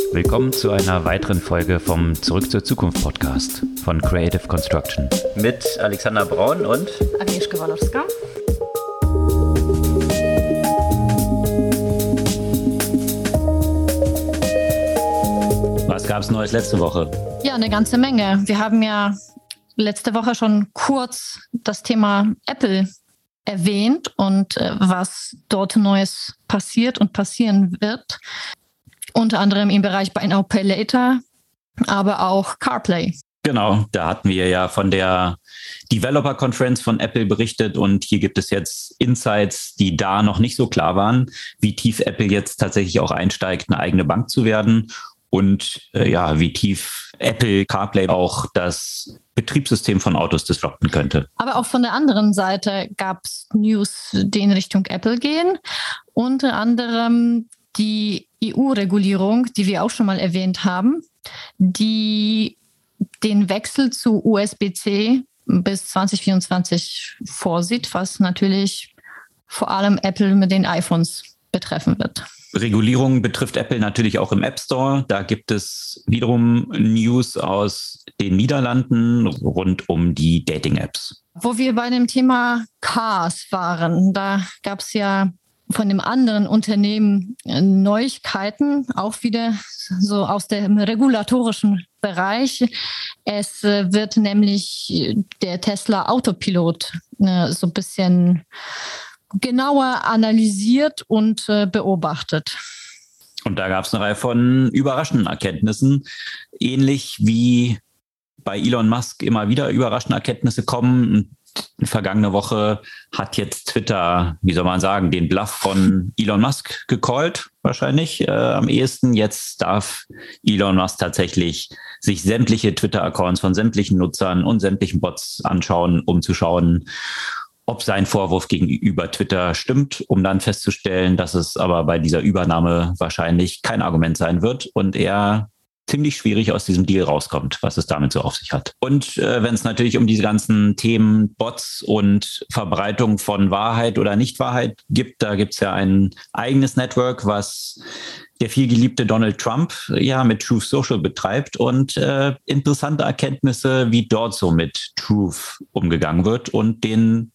Willkommen zu einer weiteren Folge vom Zurück zur Zukunft Podcast von Creative Construction. Mit Alexander Braun und Agnieszka Walowska. Was gab es Neues letzte Woche? Ja, eine ganze Menge. Wir haben ja letzte Woche schon kurz das Thema Apple erwähnt und was dort Neues passiert und passieren wird. Unter anderem im Bereich Buy Now, Pay Later, aber auch CarPlay. Genau, da hatten wir ja von der Developer Conference von Apple berichtet und hier gibt es jetzt Insights, die da noch nicht so klar waren, wie tief Apple jetzt tatsächlich auch einsteigt, eine eigene Bank zu werden und wie tief Apple CarPlay auch das Betriebssystem von Autos disrupten könnte. Aber auch von der anderen Seite gab es News, die in Richtung Apple gehen. Unter anderem die EU-Regulierung, die wir auch schon mal erwähnt haben, die den Wechsel zu USB-C bis 2024 vorsieht, was natürlich vor allem Apple mit den iPhones betreffen wird. Regulierung betrifft Apple natürlich auch im App Store. Da gibt es wiederum News aus den Niederlanden rund um die Dating-Apps. Wo wir bei dem Thema Cars waren, da gab es ja von dem anderen Unternehmen Neuigkeiten, auch wieder so aus dem regulatorischen Bereich. Es wird nämlich der Tesla Autopilot so ein bisschen genauer analysiert und beobachtet. Und da gab es eine Reihe von überraschenden Erkenntnissen, ähnlich wie bei Elon Musk immer wieder überraschende Erkenntnisse kommen. Vergangene Woche hat jetzt Twitter, wie soll man sagen, den Bluff von Elon Musk gecallt, wahrscheinlich am ehesten. Jetzt darf Elon Musk tatsächlich sich sämtliche Twitter-Accounts von sämtlichen Nutzern und sämtlichen Bots anschauen, um zu schauen, ob sein Vorwurf gegenüber Twitter stimmt, um dann festzustellen, dass es aber bei dieser Übernahme wahrscheinlich kein Argument sein wird und er ziemlich schwierig aus diesem Deal rauskommt, was es damit so auf sich hat. Und wenn es natürlich um diese ganzen Themen Bots und Verbreitung von Wahrheit oder Nichtwahrheit gibt, da gibt es ja ein eigenes Network, was der viel geliebte Donald Trump ja mit Truth Social betreibt und interessante Erkenntnisse, wie dort so mit Truth umgegangen wird und den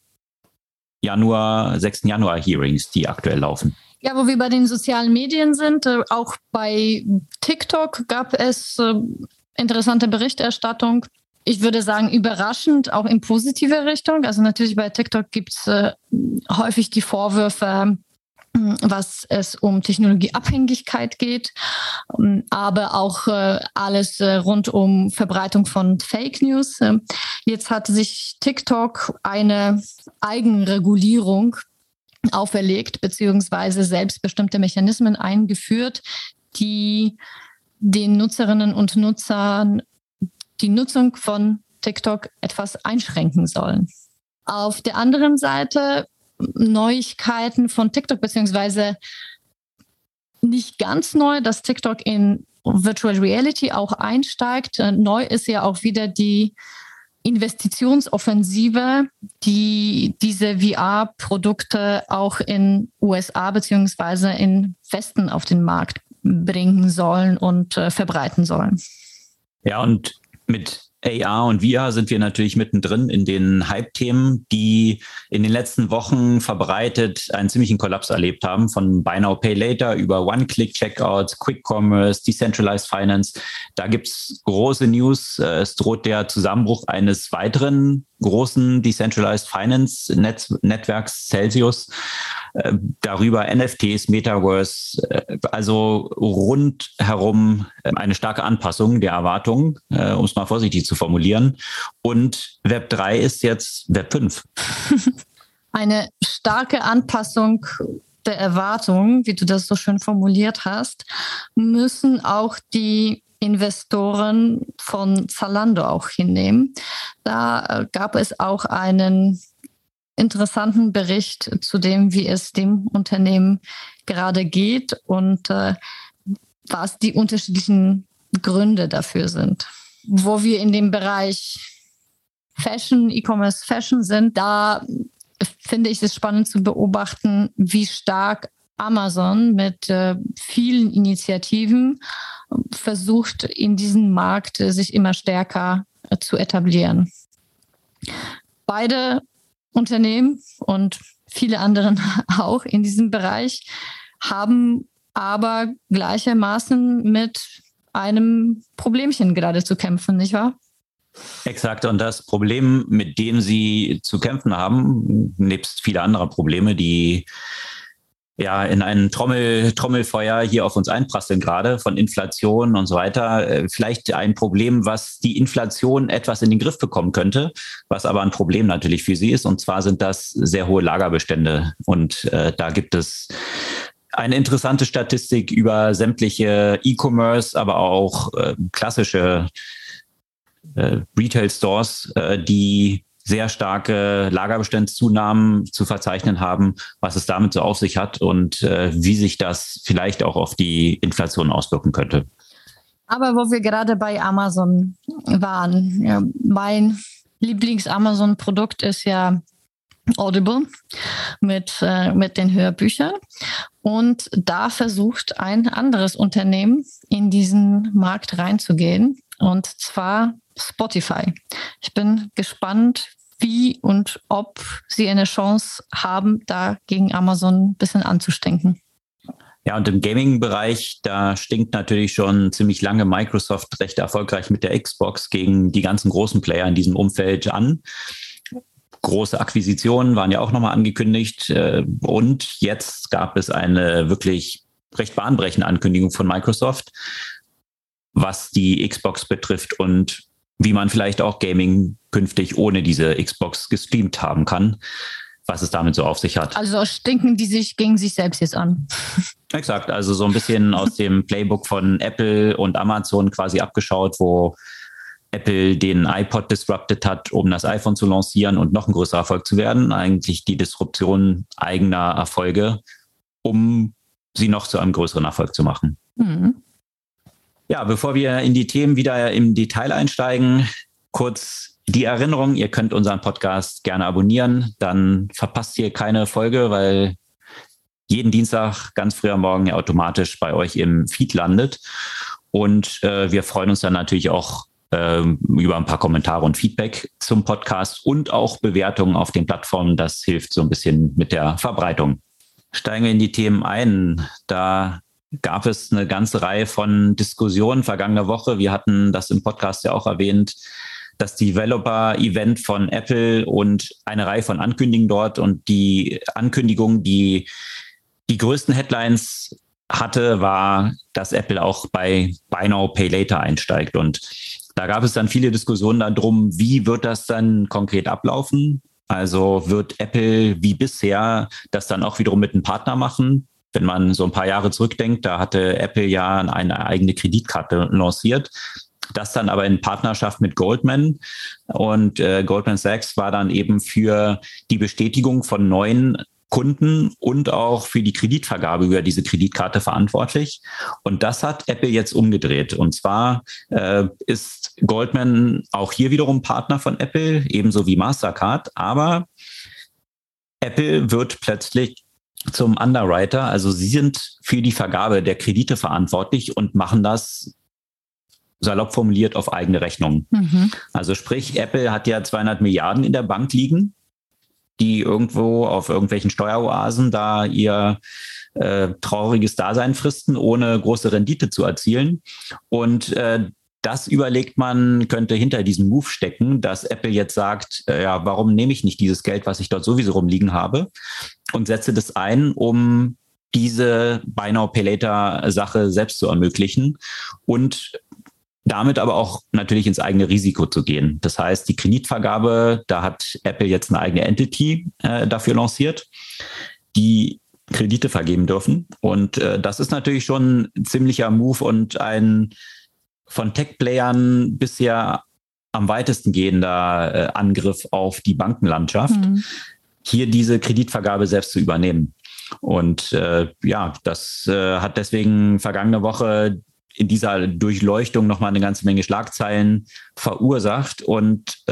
6. Januar Hearings, die aktuell laufen. Ja, wo wir bei den sozialen Medien sind, auch bei TikTok gab es interessante Berichterstattung. Ich würde sagen, überraschend, auch in positive Richtung. Also natürlich bei TikTok gibt es häufig die Vorwürfe, was es um Technologieabhängigkeit geht, aber auch alles rund um Verbreitung von Fake News. Jetzt hat sich TikTok eine Eigenregulierung auferlegt, beziehungsweise selbstbestimmte Mechanismen eingeführt, die den Nutzerinnen und Nutzern die Nutzung von TikTok etwas einschränken sollen. Auf der anderen Seite Neuigkeiten von TikTok, beziehungsweise nicht ganz neu, dass TikTok in Virtual Reality auch einsteigt. Neu ist ja auch wieder die Investitionsoffensive, die diese VR-Produkte auch in USA beziehungsweise in Westen auf den Markt bringen sollen und verbreiten sollen. Ja, und mit AR und VR sind wir natürlich mittendrin in den Hype-Themen, die in den letzten Wochen verbreitet einen ziemlichen Kollaps erlebt haben, von Buy Now, Pay Later über One-Click-Checkouts, Quick Commerce, Decentralized Finance. Da gibt's große News. Es droht der Zusammenbruch eines weiteren großen Decentralized Finance Netzwerks Celsius. Darüber NFTs, Metaverse, also rundherum eine starke Anpassung der Erwartungen, um es mal vorsichtig zu formulieren. Und Web 3 ist jetzt Web 5. Eine starke Anpassung der Erwartungen, wie du das so schön formuliert hast, müssen auch die Investoren von Zalando auch hinnehmen. Da gab es auch einen interessanten Bericht zu dem, wie es dem Unternehmen gerade geht und was die unterschiedlichen Gründe dafür sind. Wo wir in dem Bereich Fashion, E-Commerce Fashion sind, da finde ich es spannend zu beobachten, wie stark Amazon mit vielen Initiativen versucht, in diesem Markt sich immer stärker zu etablieren. Beide Unternehmen und viele andere auch in diesem Bereich haben aber gleichermaßen mit einem Problemchen gerade zu kämpfen, nicht wahr? Exakt. Und das Problem, mit dem sie zu kämpfen haben, nebst vieler anderer Probleme, die ja in ein Trommelfeuer hier auf uns einprasseln gerade von Inflation und so weiter. Vielleicht ein Problem, was die Inflation etwas in den Griff bekommen könnte, was aber ein Problem natürlich für sie ist. Und zwar sind das sehr hohe Lagerbestände. Und da gibt es eine interessante Statistik über sämtliche E-Commerce, aber auch klassische Retail-Stores, die sehr starke Lagerbestandszunahmen zu verzeichnen haben, was es damit so auf sich hat und wie sich das vielleicht auch auf die Inflation auswirken könnte. Aber wo wir gerade bei Amazon waren, ja, mein Lieblings-Amazon-Produkt ist ja Audible mit den Hörbüchern. Und da versucht ein anderes Unternehmen in diesen Markt reinzugehen, und zwar Spotify. Ich bin gespannt, wie und ob sie eine Chance haben, da gegen Amazon ein bisschen anzustinken. Ja, und im Gaming-Bereich, da stinkt natürlich schon ziemlich lange Microsoft recht erfolgreich mit der Xbox gegen die ganzen großen Player in diesem Umfeld an. Große Akquisitionen waren ja auch nochmal angekündigt. Und jetzt gab es eine wirklich recht bahnbrechende Ankündigung von Microsoft, was die Xbox betrifft und wie man vielleicht auch Gaming künftig ohne diese Xbox gestreamt haben kann, was es damit so auf sich hat. Also stinken die sich gegen sich selbst jetzt an. Exakt, also so ein bisschen aus dem Playbook von Apple und Amazon quasi abgeschaut, wo Apple den iPod disrupted hat, um das iPhone zu lancieren und noch ein größerer Erfolg zu werden. Eigentlich die Disruption eigener Erfolge, um sie noch zu einem größeren Erfolg zu machen. Mhm. Ja, bevor wir in die Themen wieder im Detail einsteigen, kurz die Erinnerung, ihr könnt unseren Podcast gerne abonnieren, dann verpasst ihr keine Folge, weil jeden Dienstag ganz früh am Morgen ja automatisch bei euch im Feed landet. Und wir freuen uns dann natürlich auch über ein paar Kommentare und Feedback zum Podcast und auch Bewertungen auf den Plattformen. Das hilft so ein bisschen mit der Verbreitung. Steigen wir in die Themen ein. Da gab es eine ganze Reihe von Diskussionen vergangene Woche. Wir hatten das im Podcast ja auch erwähnt, das Developer-Event von Apple und eine Reihe von Ankündigungen dort. Und die Ankündigung, die größten Headlines hatte, war, dass Apple auch bei Buy Now, Pay Later einsteigt. Und da gab es dann viele Diskussionen darum, wie wird das dann konkret ablaufen? Also wird Apple wie bisher das dann auch wiederum mit einem Partner machen? Wenn man so ein paar Jahre zurückdenkt, da hatte Apple ja eine eigene Kreditkarte lanciert. Das dann aber in Partnerschaft mit Goldman. Und Goldman Sachs war dann eben für die Bestätigung von neuen Kunden und auch für die Kreditvergabe über diese Kreditkarte verantwortlich. Und das hat Apple jetzt umgedreht. Und zwar ist Goldman auch hier wiederum Partner von Apple, ebenso wie Mastercard. Aber Apple wird plötzlich zum Underwriter. Also sie sind für die Vergabe der Kredite verantwortlich und machen das salopp formuliert auf eigene Rechnung. Mhm. Also sprich, Apple hat ja 200 Milliarden in der Bank liegen, die irgendwo auf irgendwelchen Steueroasen da ihr trauriges Dasein fristen, ohne große Rendite zu erzielen. Und das überlegt man, könnte hinter diesem Move stecken, dass Apple jetzt sagt, ja, warum nehme ich nicht dieses Geld, was ich dort sowieso rumliegen habe, und setze das ein, um diese Buy Now, Pay Later Sache selbst zu ermöglichen und damit aber auch natürlich ins eigene Risiko zu gehen. Das heißt, die Kreditvergabe, da hat Apple jetzt eine eigene Entity dafür lanciert, die Kredite vergeben dürfen. Und das ist natürlich schon ein ziemlicher Move und ein von Tech-Playern bisher am weitesten gehender Angriff auf die Bankenlandschaft, hier diese Kreditvergabe selbst zu übernehmen. Und das hat deswegen vergangene Woche in dieser Durchleuchtung nochmal eine ganze Menge Schlagzeilen verursacht. Und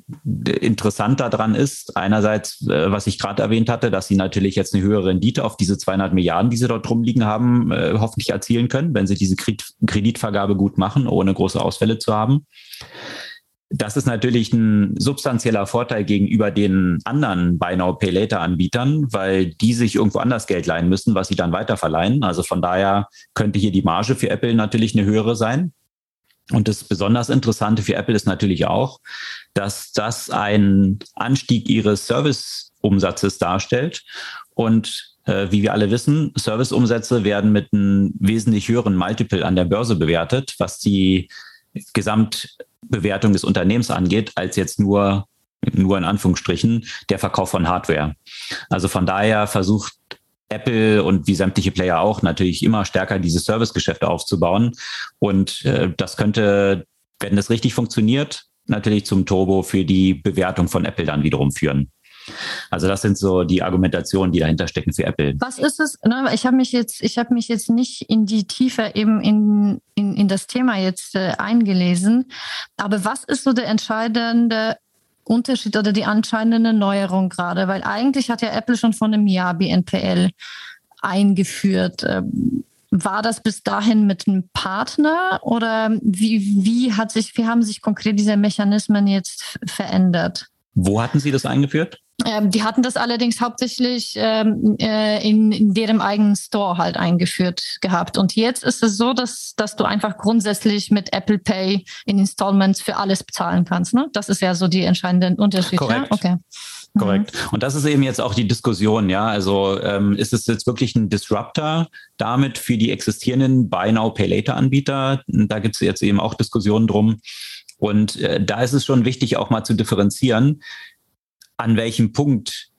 interessant daran ist, einerseits, was ich gerade erwähnt hatte, dass sie natürlich jetzt eine höhere Rendite auf diese 200 Milliarden, die sie dort rumliegen haben, hoffentlich erzielen können, wenn sie diese Kreditvergabe gut machen, ohne große Ausfälle zu haben. Das ist natürlich ein substanzieller Vorteil gegenüber den anderen Buy Now Pay Later Anbietern, weil die sich irgendwo anders Geld leihen müssen, was sie dann weiterverleihen. Also von daher könnte hier die Marge für Apple natürlich eine höhere sein. Und das besonders Interessante für Apple ist natürlich auch, dass das ein Anstieg ihres Serviceumsatzes darstellt. Und wie wir alle wissen, Serviceumsätze werden mit einem wesentlich höheren Multiple an der Börse bewertet, was die Gesamtbewertung des Unternehmens angeht, als jetzt nur in Anführungsstrichen der Verkauf von Hardware. Also von daher versucht Apple und wie sämtliche Player auch natürlich immer stärker diese Servicegeschäfte aufzubauen. Und das könnte, wenn das richtig funktioniert, natürlich zum Turbo für die Bewertung von Apple dann wiederum führen. Also das sind so die Argumentationen, die dahinter stecken für Apple. Was ist es? Ich habe mich jetzt nicht in die Tiefe eben in das Thema jetzt eingelesen. Aber was ist so der entscheidende Unterschied oder die anscheinende Neuerung gerade? Weil eigentlich hat ja Apple schon vor einem Jahr BNPL eingeführt. War das bis dahin mit einem Partner oder wie haben sich konkret diese Mechanismen jetzt verändert? Wo hatten Sie das eingeführt? Die hatten das allerdings hauptsächlich in deren eigenen Store halt eingeführt gehabt. Und jetzt ist es so, dass du einfach grundsätzlich mit Apple Pay in Installments für alles bezahlen kannst. Ne? Das ist ja so die entscheidenden Unterschiede. Korrekt. Ja? Okay. Korrekt. Und das ist eben jetzt auch die Diskussion, ja. Also ist es jetzt wirklich ein Disruptor damit für die existierenden Buy Now Pay Later Anbieter? Da gibt es jetzt eben auch Diskussionen drum. Und da ist es schon wichtig, auch mal zu differenzieren, an welchem Punkt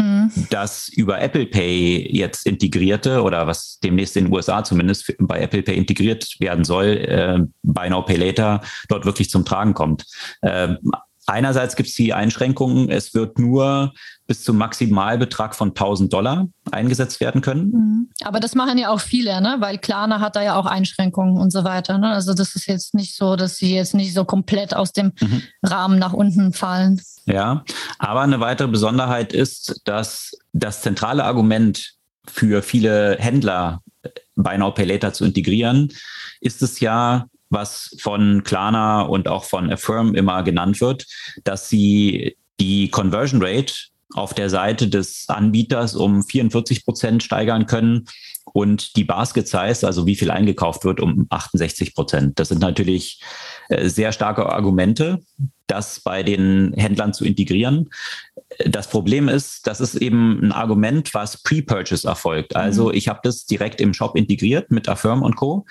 das über Apple Pay jetzt integrierte oder was demnächst in den USA zumindest bei Apple Pay integriert werden soll, Buy Now Pay Later, dort wirklich zum Tragen kommt. Einerseits gibt es die Einschränkungen, es wird nur bis zum Maximalbetrag von $1.000 eingesetzt werden können. Aber das machen ja auch viele, ne? Weil Klarna hat da ja auch Einschränkungen und so weiter. Ne? Also das ist jetzt nicht so, dass sie jetzt nicht so komplett aus dem Rahmen nach unten fallen. Ja, aber eine weitere Besonderheit ist, dass das zentrale Argument für viele Händler, Buy Now Pay Later zu integrieren, ist es ja, was von Klarna und auch von Affirm immer genannt wird, dass sie die Conversion Rate auf der Seite des Anbieters um 44% steigern können und die Basket Size, also wie viel eingekauft wird, um 68%. Das sind natürlich sehr starke Argumente, das bei den Händlern zu integrieren. Das Problem ist, das ist eben ein Argument, was Pre-Purchase erfolgt. Also ich habe das direkt im Shop integriert mit Affirm und Co.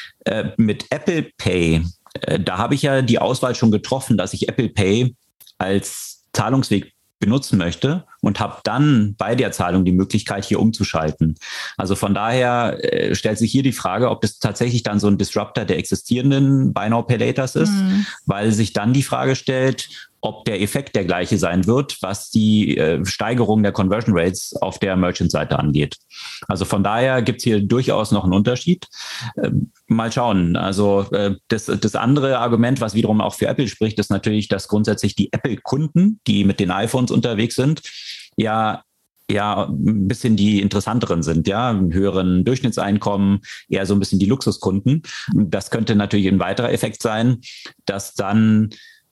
Mit Apple Pay, da habe ich ja die Auswahl schon getroffen, dass ich Apple Pay als Zahlungsweg benutzen möchte und habe dann bei der Zahlung die Möglichkeit, hier umzuschalten. Also von daher stellt sich hier die Frage, ob das tatsächlich dann so ein Disruptor der existierenden Buy Now Pay Laters ist, weil sich dann die Frage stellt, ob der Effekt der gleiche sein wird, was die Steigerung der Conversion Rates auf der Merchant-Seite angeht. Also von daher gibt es hier durchaus noch einen Unterschied. Mal schauen. Also das andere Argument, was wiederum auch für Apple spricht, ist natürlich, dass grundsätzlich die Apple-Kunden, die mit den iPhones unterwegs sind, ja ein bisschen die interessanteren sind, ja, einen höheren Durchschnittseinkommen, eher so ein bisschen die Luxuskunden. Das könnte natürlich ein weiterer Effekt sein, dass dann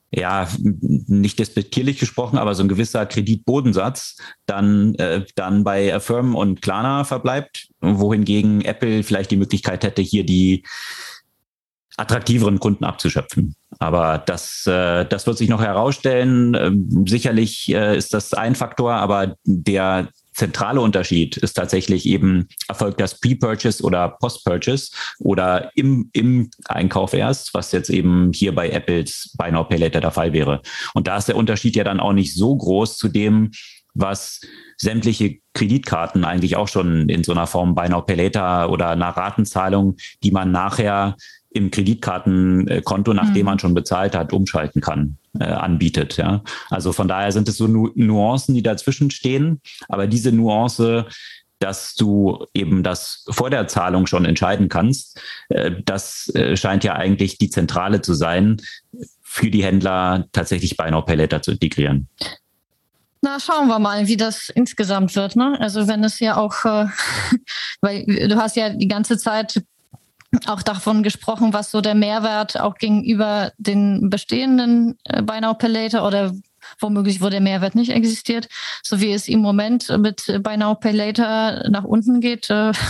nicht despektierlich gesprochen, aber so ein gewisser Kreditbodensatz dann bei Affirm und Klarna verbleibt, wohingegen Apple vielleicht die Möglichkeit hätte, hier die attraktiveren Kunden abzuschöpfen. Aber das wird sich noch herausstellen. Sicherlich ist das ein Faktor, aber der zentrale Unterschied ist tatsächlich eben, erfolgt das Pre-Purchase oder Post-Purchase oder im Einkauf erst, was jetzt eben hier bei Apples Buy Now Pay Later der Fall wäre. Und da ist der Unterschied ja dann auch nicht so groß zu dem, was sämtliche Kreditkarten eigentlich auch schon in so einer Form Buy Now Pay Later oder einer Ratenzahlung, die man nachher im Kreditkartenkonto, nachdem man schon bezahlt hat, umschalten kann, anbietet. Ja. Also von daher sind es so Nuancen, die dazwischen stehen. Aber diese Nuance, dass du eben das vor der Zahlung schon entscheiden kannst. Das scheint ja eigentlich die Zentrale zu sein, für die Händler tatsächlich Buy Now Pay Later zu integrieren. Na, schauen wir mal, wie das insgesamt wird, ne? Also wenn es ja auch, weil du hast ja die ganze Zeit auch davon gesprochen, was so der Mehrwert auch gegenüber den bestehenden Buy Now Pay Later oder womöglich, wo der Mehrwert nicht existiert, so wie es im Moment mit Buy Now Pay Later nach unten geht,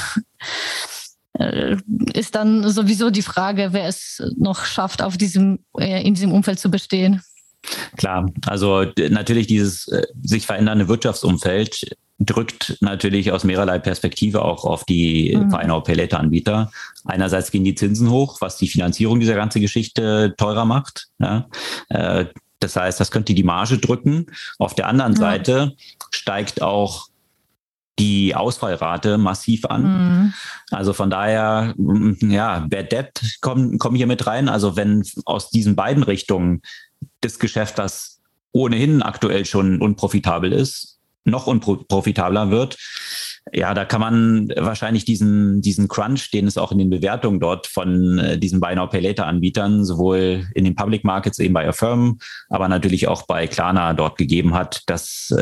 ist dann sowieso die Frage, wer es noch schafft, in diesem Umfeld zu bestehen. Klar, also natürlich dieses sich verändernde Wirtschaftsumfeld drückt natürlich aus mehrerlei Perspektive auch auf die Buy Now Pay Later Anbieter. Einerseits gehen die Zinsen hoch, was die Finanzierung dieser ganzen Geschichte teurer macht. Ja. Das heißt, das könnte die Marge drücken. Auf der anderen Seite steigt auch die Ausfallrate massiv an. Also von daher, ja, Bad Debt kommen hier mit rein. Also wenn aus diesen beiden Richtungen das Geschäft, das ohnehin aktuell schon unprofitabel ist, noch unprofitabler wird, ja, da kann man wahrscheinlich diesen Crunch, den es auch in den Bewertungen dort von diesen Buy Now Pay Later Anbietern, sowohl in den Public Markets eben bei Affirm, aber natürlich auch bei Klarna dort gegeben hat, das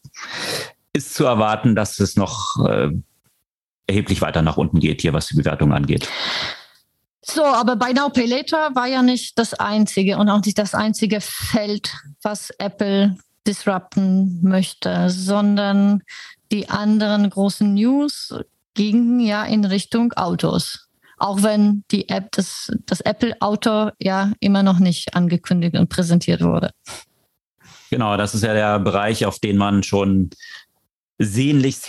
ist zu erwarten, dass es noch erheblich weiter nach unten geht hier, was die Bewertung angeht. So, aber Buy Now Pay Later war ja nicht das einzige und auch nicht das einzige Feld, was Apple disrupten möchte, sondern die anderen großen News gingen ja in Richtung Autos. Auch wenn die App, das Apple-Auto ja immer noch nicht angekündigt und präsentiert wurde. Genau, das ist ja der Bereich, auf den man schon sehnlichst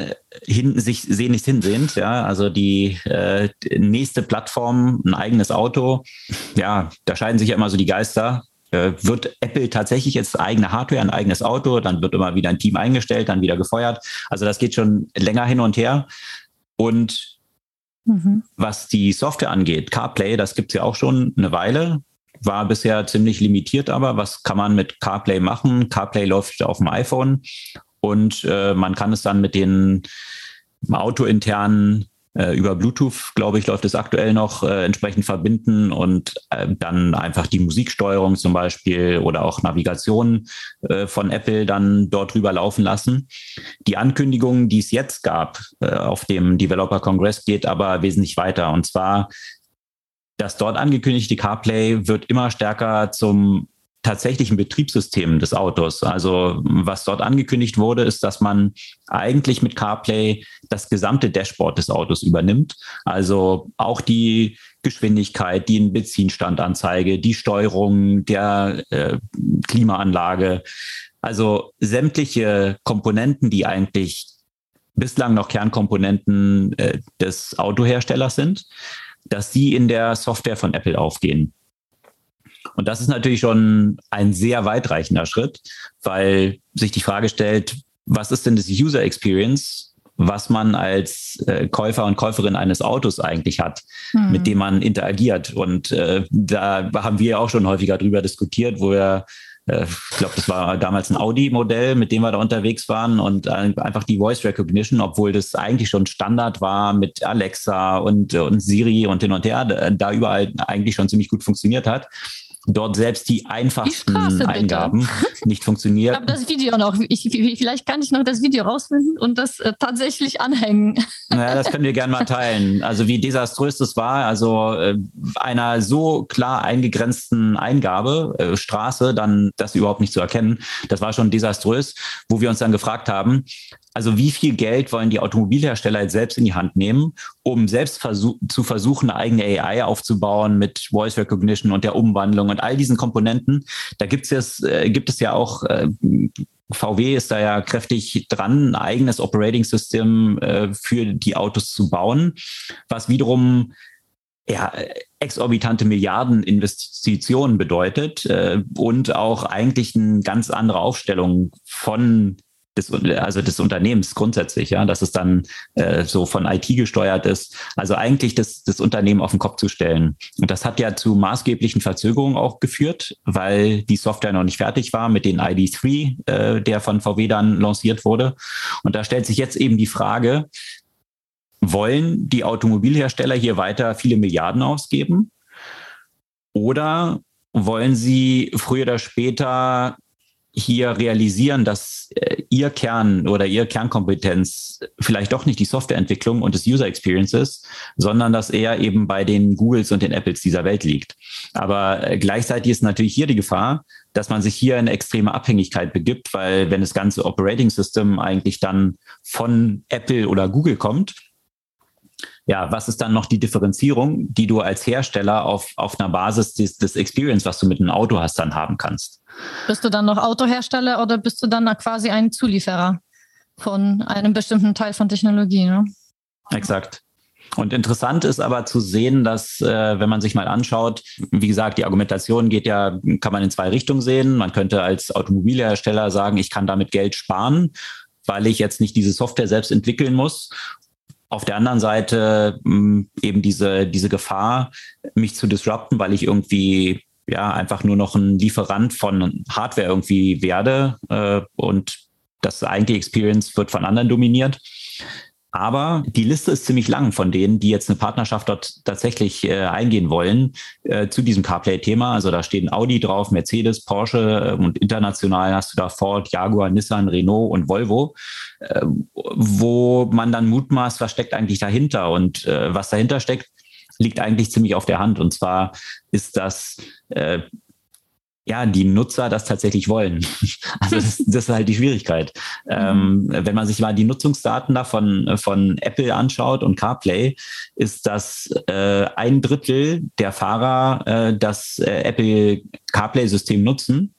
hinsehnt, ja, also die nächste Plattform, ein eigenes Auto, ja, da scheiden sich ja immer so die Geister. Wird Apple tatsächlich jetzt eigene Hardware, ein eigenes Auto, dann wird immer wieder ein Team eingestellt, dann wieder gefeuert. Also das geht schon länger hin und her. Und was die Software angeht, CarPlay, das gibt es ja auch schon eine Weile, war bisher ziemlich limitiert, aber was kann man mit CarPlay machen? CarPlay läuft auf dem iPhone und man kann es dann mit den autointernen über Bluetooth, glaube ich, läuft es aktuell noch entsprechend verbinden und dann einfach die Musiksteuerung zum Beispiel oder auch Navigation von Apple dann dort drüber laufen lassen. Die Ankündigung, die es jetzt gab auf dem Developer Congress, geht aber wesentlich weiter. Und zwar, das dort angekündigte CarPlay wird immer stärker zum tatsächlichen Betriebssystem des Autos. Also was dort angekündigt wurde, ist, dass man eigentlich mit CarPlay das gesamte Dashboard des Autos übernimmt. Also auch die Geschwindigkeit, die Benzinstandanzeige, die Steuerung der Klimaanlage. Also sämtliche Komponenten, die eigentlich bislang noch Kernkomponenten des Autoherstellers sind, dass sie in der Software von Apple aufgehen. Und das ist natürlich schon ein sehr weitreichender Schritt, weil sich die Frage stellt, was ist denn das User Experience, was man als Käufer und Käuferin eines Autos eigentlich hat, mit dem man interagiert. Und da haben wir auch schon häufiger drüber diskutiert, wo wir ich glaube, das war damals ein Audi-Modell, mit dem wir da unterwegs waren und einfach die Voice Recognition, obwohl das eigentlich schon Standard war mit Alexa und Siri und hin und her, da überall eigentlich schon ziemlich gut funktioniert hat. Dort selbst die einfachsten Eingaben nicht funktioniert. Ich habe das Video noch. Vielleicht kann ich noch das Video rausfinden und das tatsächlich anhängen. Naja, das können wir gerne mal teilen. Also wie desaströs das war, also einer so klar eingegrenzten Eingabe, Straße, dann das überhaupt nicht zu erkennen, das war schon desaströs, wo wir uns dann gefragt haben, also wie viel Geld wollen die Automobilhersteller jetzt selbst in die Hand nehmen, um selbst zu versuchen, eine eigene AI aufzubauen mit Voice Recognition und der Umwandlung und all diesen Komponenten. Da gibt es ja auch, VW ist da ja kräftig dran, ein eigenes Operating System für die Autos zu bauen, was wiederum ja, exorbitante Milliardeninvestitionen bedeutet und auch eigentlich eine ganz andere Aufstellung von des Unternehmens grundsätzlich, ja, dass es dann so von IT gesteuert ist. Also eigentlich das Unternehmen auf den Kopf zu stellen. Und das hat ja zu maßgeblichen Verzögerungen auch geführt, weil die Software noch nicht fertig war mit den ID3, der von VW dann lanciert wurde. Und da stellt sich jetzt eben die Frage, wollen die Automobilhersteller hier weiter viele Milliarden ausgeben? Oder wollen sie früher oder später hier realisieren, dass ihr Kern oder ihre Kernkompetenz vielleicht doch nicht die Softwareentwicklung und das User Experience ist, sondern dass eher eben bei den Googles und den Apples dieser Welt liegt. Aber gleichzeitig ist natürlich hier die Gefahr, dass man sich hier in eine extreme Abhängigkeit begibt, weil wenn das ganze Operating System eigentlich dann von Apple oder Google kommt, ja, was ist dann noch die Differenzierung, die du als Hersteller auf einer Basis des Experience, was du mit einem Auto hast, dann haben kannst? Bist du dann noch Autohersteller oder bist du dann quasi ein Zulieferer von einem bestimmten Teil von Technologie? Ne? Exakt. Und interessant ist aber zu sehen, dass, wenn man sich mal anschaut, wie gesagt, die Argumentation kann man in zwei Richtungen sehen. Man könnte als Automobilhersteller sagen, ich kann damit Geld sparen, weil ich jetzt nicht diese Software selbst entwickeln muss. Auf der anderen Seite eben diese Gefahr, mich zu disrupten, weil ich irgendwie einfach nur noch ein Lieferant von Hardware irgendwie werde und das eigentliche Experience wird von anderen dominiert. Aber die Liste ist ziemlich lang von denen, die jetzt eine Partnerschaft dort tatsächlich eingehen wollen zu diesem CarPlay-Thema. Also da stehen Audi drauf, Mercedes, Porsche und international hast du da Ford, Jaguar, Nissan, Renault und Volvo, wo man dann mutmaßt, was steckt eigentlich dahinter? Und was dahinter steckt, liegt eigentlich ziemlich auf der Hand. Und zwar ist das die Nutzer das tatsächlich wollen. Also das ist halt die Schwierigkeit. Wenn man sich mal die Nutzungsdaten da von Apple anschaut und CarPlay, ist das 1/3 der Fahrer das Apple CarPlay-System nutzen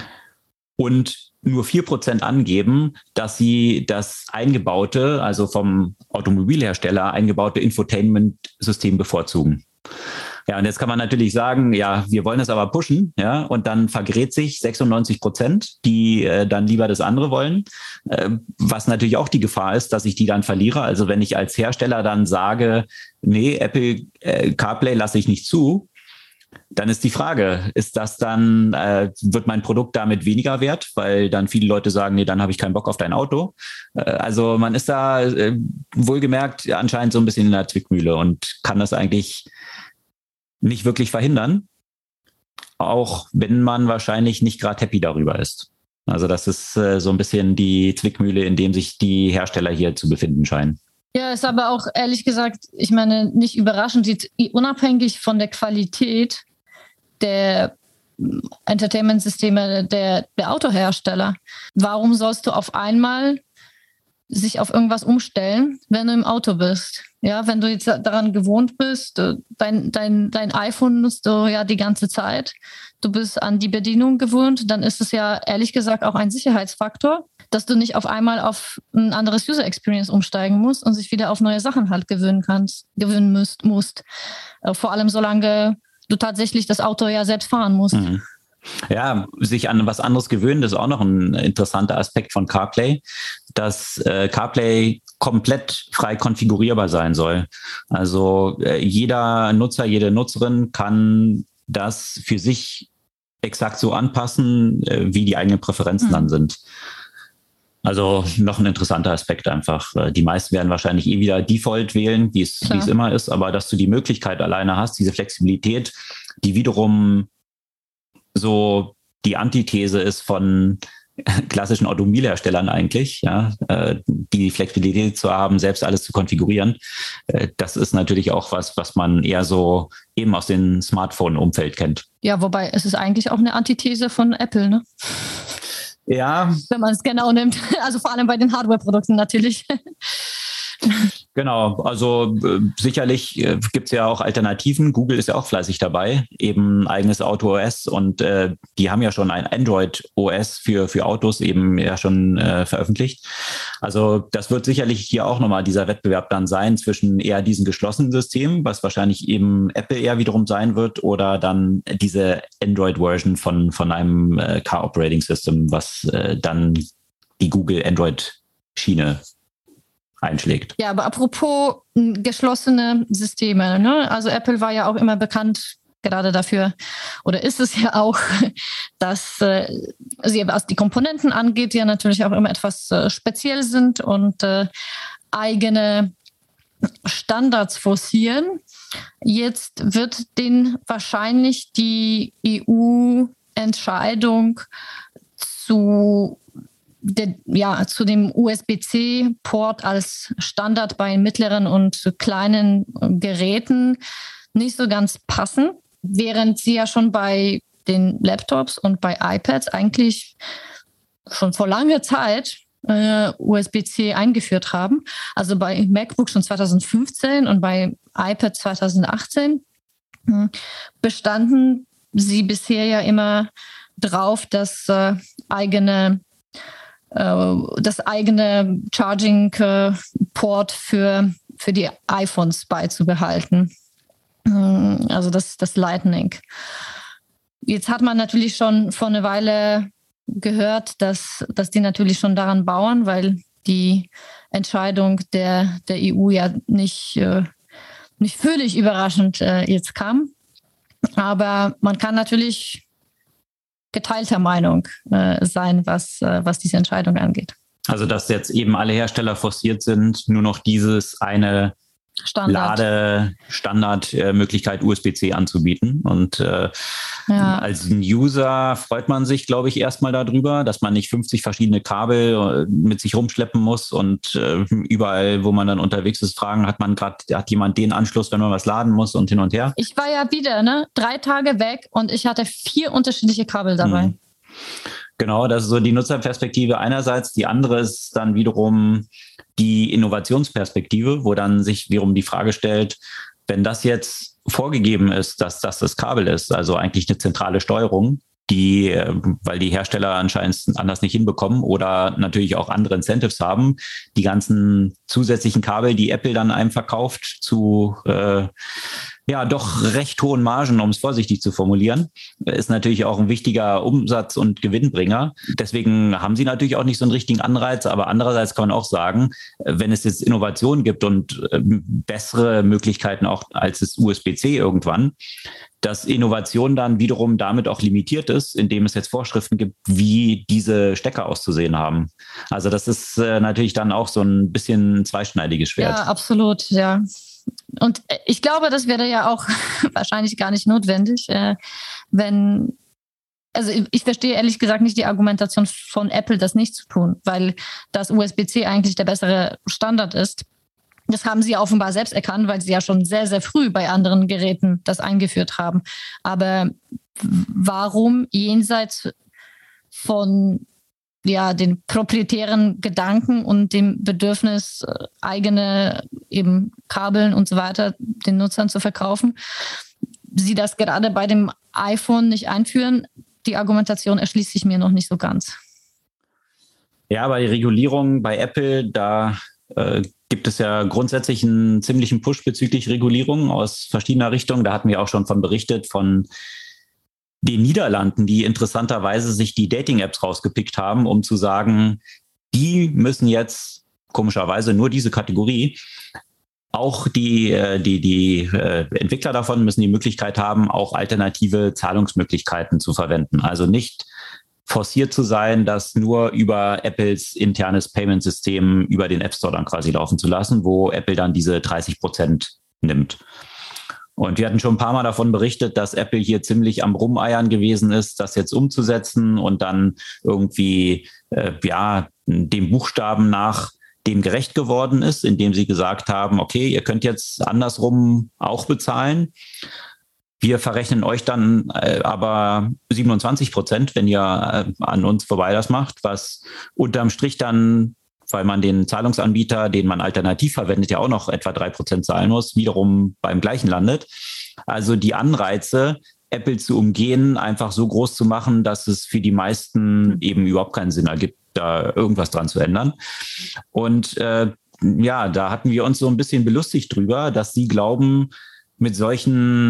und nur 4% angeben, dass sie das eingebaute, also vom Automobilhersteller eingebaute Infotainment-System bevorzugen. Ja, und jetzt kann man natürlich sagen, ja, wir wollen es aber pushen, ja, und dann vergräht sich 96%, die dann lieber das andere wollen, was natürlich auch die Gefahr ist, dass ich die dann verliere. Also wenn ich als Hersteller dann sage, nee, Apple CarPlay lasse ich nicht zu, dann ist die Frage, ist das dann, wird mein Produkt damit weniger wert, weil dann viele Leute sagen, nee, dann habe ich keinen Bock auf dein Auto. Also man ist da wohlgemerkt anscheinend so ein bisschen in der Zwickmühle und kann das eigentlich nicht wirklich verhindern, auch wenn man wahrscheinlich nicht gerade happy darüber ist. Also das ist so ein bisschen die Zwickmühle, in dem sich die Hersteller hier zu befinden scheinen. Ja, ist aber auch ehrlich gesagt, ich meine, nicht überraschend, unabhängig von der Qualität der Entertainment-Systeme der Autohersteller. Warum sollst du auf einmal sich auf irgendwas umstellen, wenn du im Auto bist? Ja, wenn du jetzt daran gewohnt bist, dein iPhone nutzt du ja die ganze Zeit, du bist an die Bedienung gewöhnt, dann ist es ja ehrlich gesagt auch ein Sicherheitsfaktor, dass du nicht auf einmal auf ein anderes User Experience umsteigen musst und sich wieder auf neue Sachen halt gewöhnen musst. Vor allem solange du tatsächlich das Auto ja selbst fahren musst. Mhm. Ja, sich an was anderes gewöhnen, das ist auch noch ein interessanter Aspekt von CarPlay, dass CarPlay komplett frei konfigurierbar sein soll. Also jeder Nutzer, jede Nutzerin kann das für sich exakt so anpassen, wie die eigenen Präferenzen dann sind. Also noch ein interessanter Aspekt einfach. Die meisten werden wahrscheinlich wieder Default wählen, wie es immer ist, aber dass du die Möglichkeit alleine hast, diese Flexibilität, die wiederum so die Antithese ist von klassischen Automobilherstellern eigentlich, ja, die Flexibilität zu haben, selbst alles zu konfigurieren. Das ist natürlich auch was man eher so eben aus dem Smartphone-Umfeld kennt. Ja, wobei es ist eigentlich auch eine Antithese von Apple, ne? Ja. Wenn man es genau nimmt. Also vor allem bei den Hardware-Produkten natürlich. Genau, also sicherlich gibt es ja auch Alternativen. Google ist ja auch fleißig dabei, eben ein eigenes Auto-OS und die haben ja schon ein Android-OS für Autos eben ja schon veröffentlicht. Also das wird sicherlich hier auch nochmal dieser Wettbewerb dann sein zwischen eher diesen geschlossenen Systemen, was wahrscheinlich eben Apple eher wiederum sein wird, oder dann diese Android-Version von einem Car-Operating System, was dann die Google Android-Schiene einschlägt. Ja, aber apropos geschlossene Systeme, ne? Also Apple war ja auch immer bekannt gerade dafür, oder ist es ja auch, dass sie, was die Komponenten angeht, ja natürlich auch immer etwas speziell sind und eigene Standards forcieren. Jetzt wird denen wahrscheinlich die EU-Entscheidung zu dem USB-C-Port als Standard bei mittleren und kleinen Geräten nicht so ganz passen, während sie ja schon bei den Laptops und bei iPads eigentlich schon vor langer Zeit USB-C eingeführt haben. Also bei MacBook schon 2015 und bei iPad 2018 bestanden sie bisher ja immer drauf, das eigene Charging-Port für die iPhones beizubehalten. Also das Lightning. Jetzt hat man natürlich schon vor einer Weile gehört, dass die natürlich schon daran bauen, weil die Entscheidung der EU ja nicht völlig überraschend jetzt kam. Aber man kann natürlich geteilter Meinung sein, was diese Entscheidung angeht. Also dass jetzt eben alle Hersteller forciert sind, nur noch dieses eine Ladestandardmöglichkeit USB-C anzubieten. Und als User freut man sich, glaube ich, erstmal darüber, dass man nicht 50 verschiedene Kabel mit sich rumschleppen muss und überall, wo man dann unterwegs ist, hat jemand den Anschluss, wenn man was laden muss und hin und her. Ich war ja wieder 3 Tage weg und ich hatte 4 unterschiedliche Kabel dabei. Genau, das ist so die Nutzerperspektive einerseits. Die andere ist dann wiederum die Innovationsperspektive, wo dann sich wiederum die Frage stellt, wenn das jetzt vorgegeben ist, dass das Kabel ist, also eigentlich eine zentrale Steuerung, weil die Hersteller anscheinend anders nicht hinbekommen oder natürlich auch andere Incentives haben, die ganzen zusätzlichen Kabel, die Apple dann einem verkauft, zu doch recht hohen Margen, um es vorsichtig zu formulieren, ist natürlich auch ein wichtiger Umsatz- und Gewinnbringer. Deswegen haben sie natürlich auch nicht so einen richtigen Anreiz, aber andererseits kann man auch sagen, wenn es jetzt Innovationen gibt und bessere Möglichkeiten auch als das USB-C irgendwann, dass Innovation dann wiederum damit auch limitiert ist, indem es jetzt Vorschriften gibt, wie diese Stecker auszusehen haben. Also das ist natürlich dann auch so ein bisschen ein zweischneidiges Schwert. Ja, absolut, ja. Und ich glaube, das wäre ja auch wahrscheinlich gar nicht notwendig, also ich verstehe ehrlich gesagt nicht die Argumentation von Apple, das nicht zu tun, weil das USB-C eigentlich der bessere Standard ist. Das haben sie offenbar selbst erkannt, weil sie ja schon sehr, sehr früh bei anderen Geräten das eingeführt haben. Aber warum jenseits von den proprietären Gedanken und dem Bedürfnis, eigene eben Kabeln und so weiter den Nutzern zu verkaufen, sie das gerade bei dem iPhone nicht einführen? Die Argumentation erschließt sich mir noch nicht so ganz. Ja, bei der Regulierung bei Apple, da gibt es ja grundsätzlich einen ziemlichen Push bezüglich Regulierung aus verschiedener Richtungen. Da hatten wir auch schon von berichtet, von den Niederlanden, die interessanterweise sich die Dating-Apps rausgepickt haben, um zu sagen, die müssen jetzt komischerweise nur diese Kategorie, auch die Entwickler davon müssen die Möglichkeit haben, auch alternative Zahlungsmöglichkeiten zu verwenden. Also nicht forciert zu sein, das nur über Apples internes Payment-System über den App Store dann quasi laufen zu lassen, wo Apple dann diese 30% nimmt. Und wir hatten schon ein paar Mal davon berichtet, dass Apple hier ziemlich am Rumeiern gewesen ist, das jetzt umzusetzen und dann irgendwie dem Buchstaben nach dem gerecht geworden ist, indem sie gesagt haben, okay, ihr könnt jetzt andersrum auch bezahlen. Wir verrechnen euch dann aber 27%, wenn ihr an uns vorbei das macht, was unterm Strich dann, weil man den Zahlungsanbieter, den man alternativ verwendet, ja auch noch etwa 3% zahlen muss, wiederum beim gleichen landet. Also die Anreize, Apple zu umgehen, einfach so groß zu machen, dass es für die meisten eben überhaupt keinen Sinn ergibt, da irgendwas dran zu ändern. Und da hatten wir uns so ein bisschen belustigt drüber, dass sie glauben, mit solchen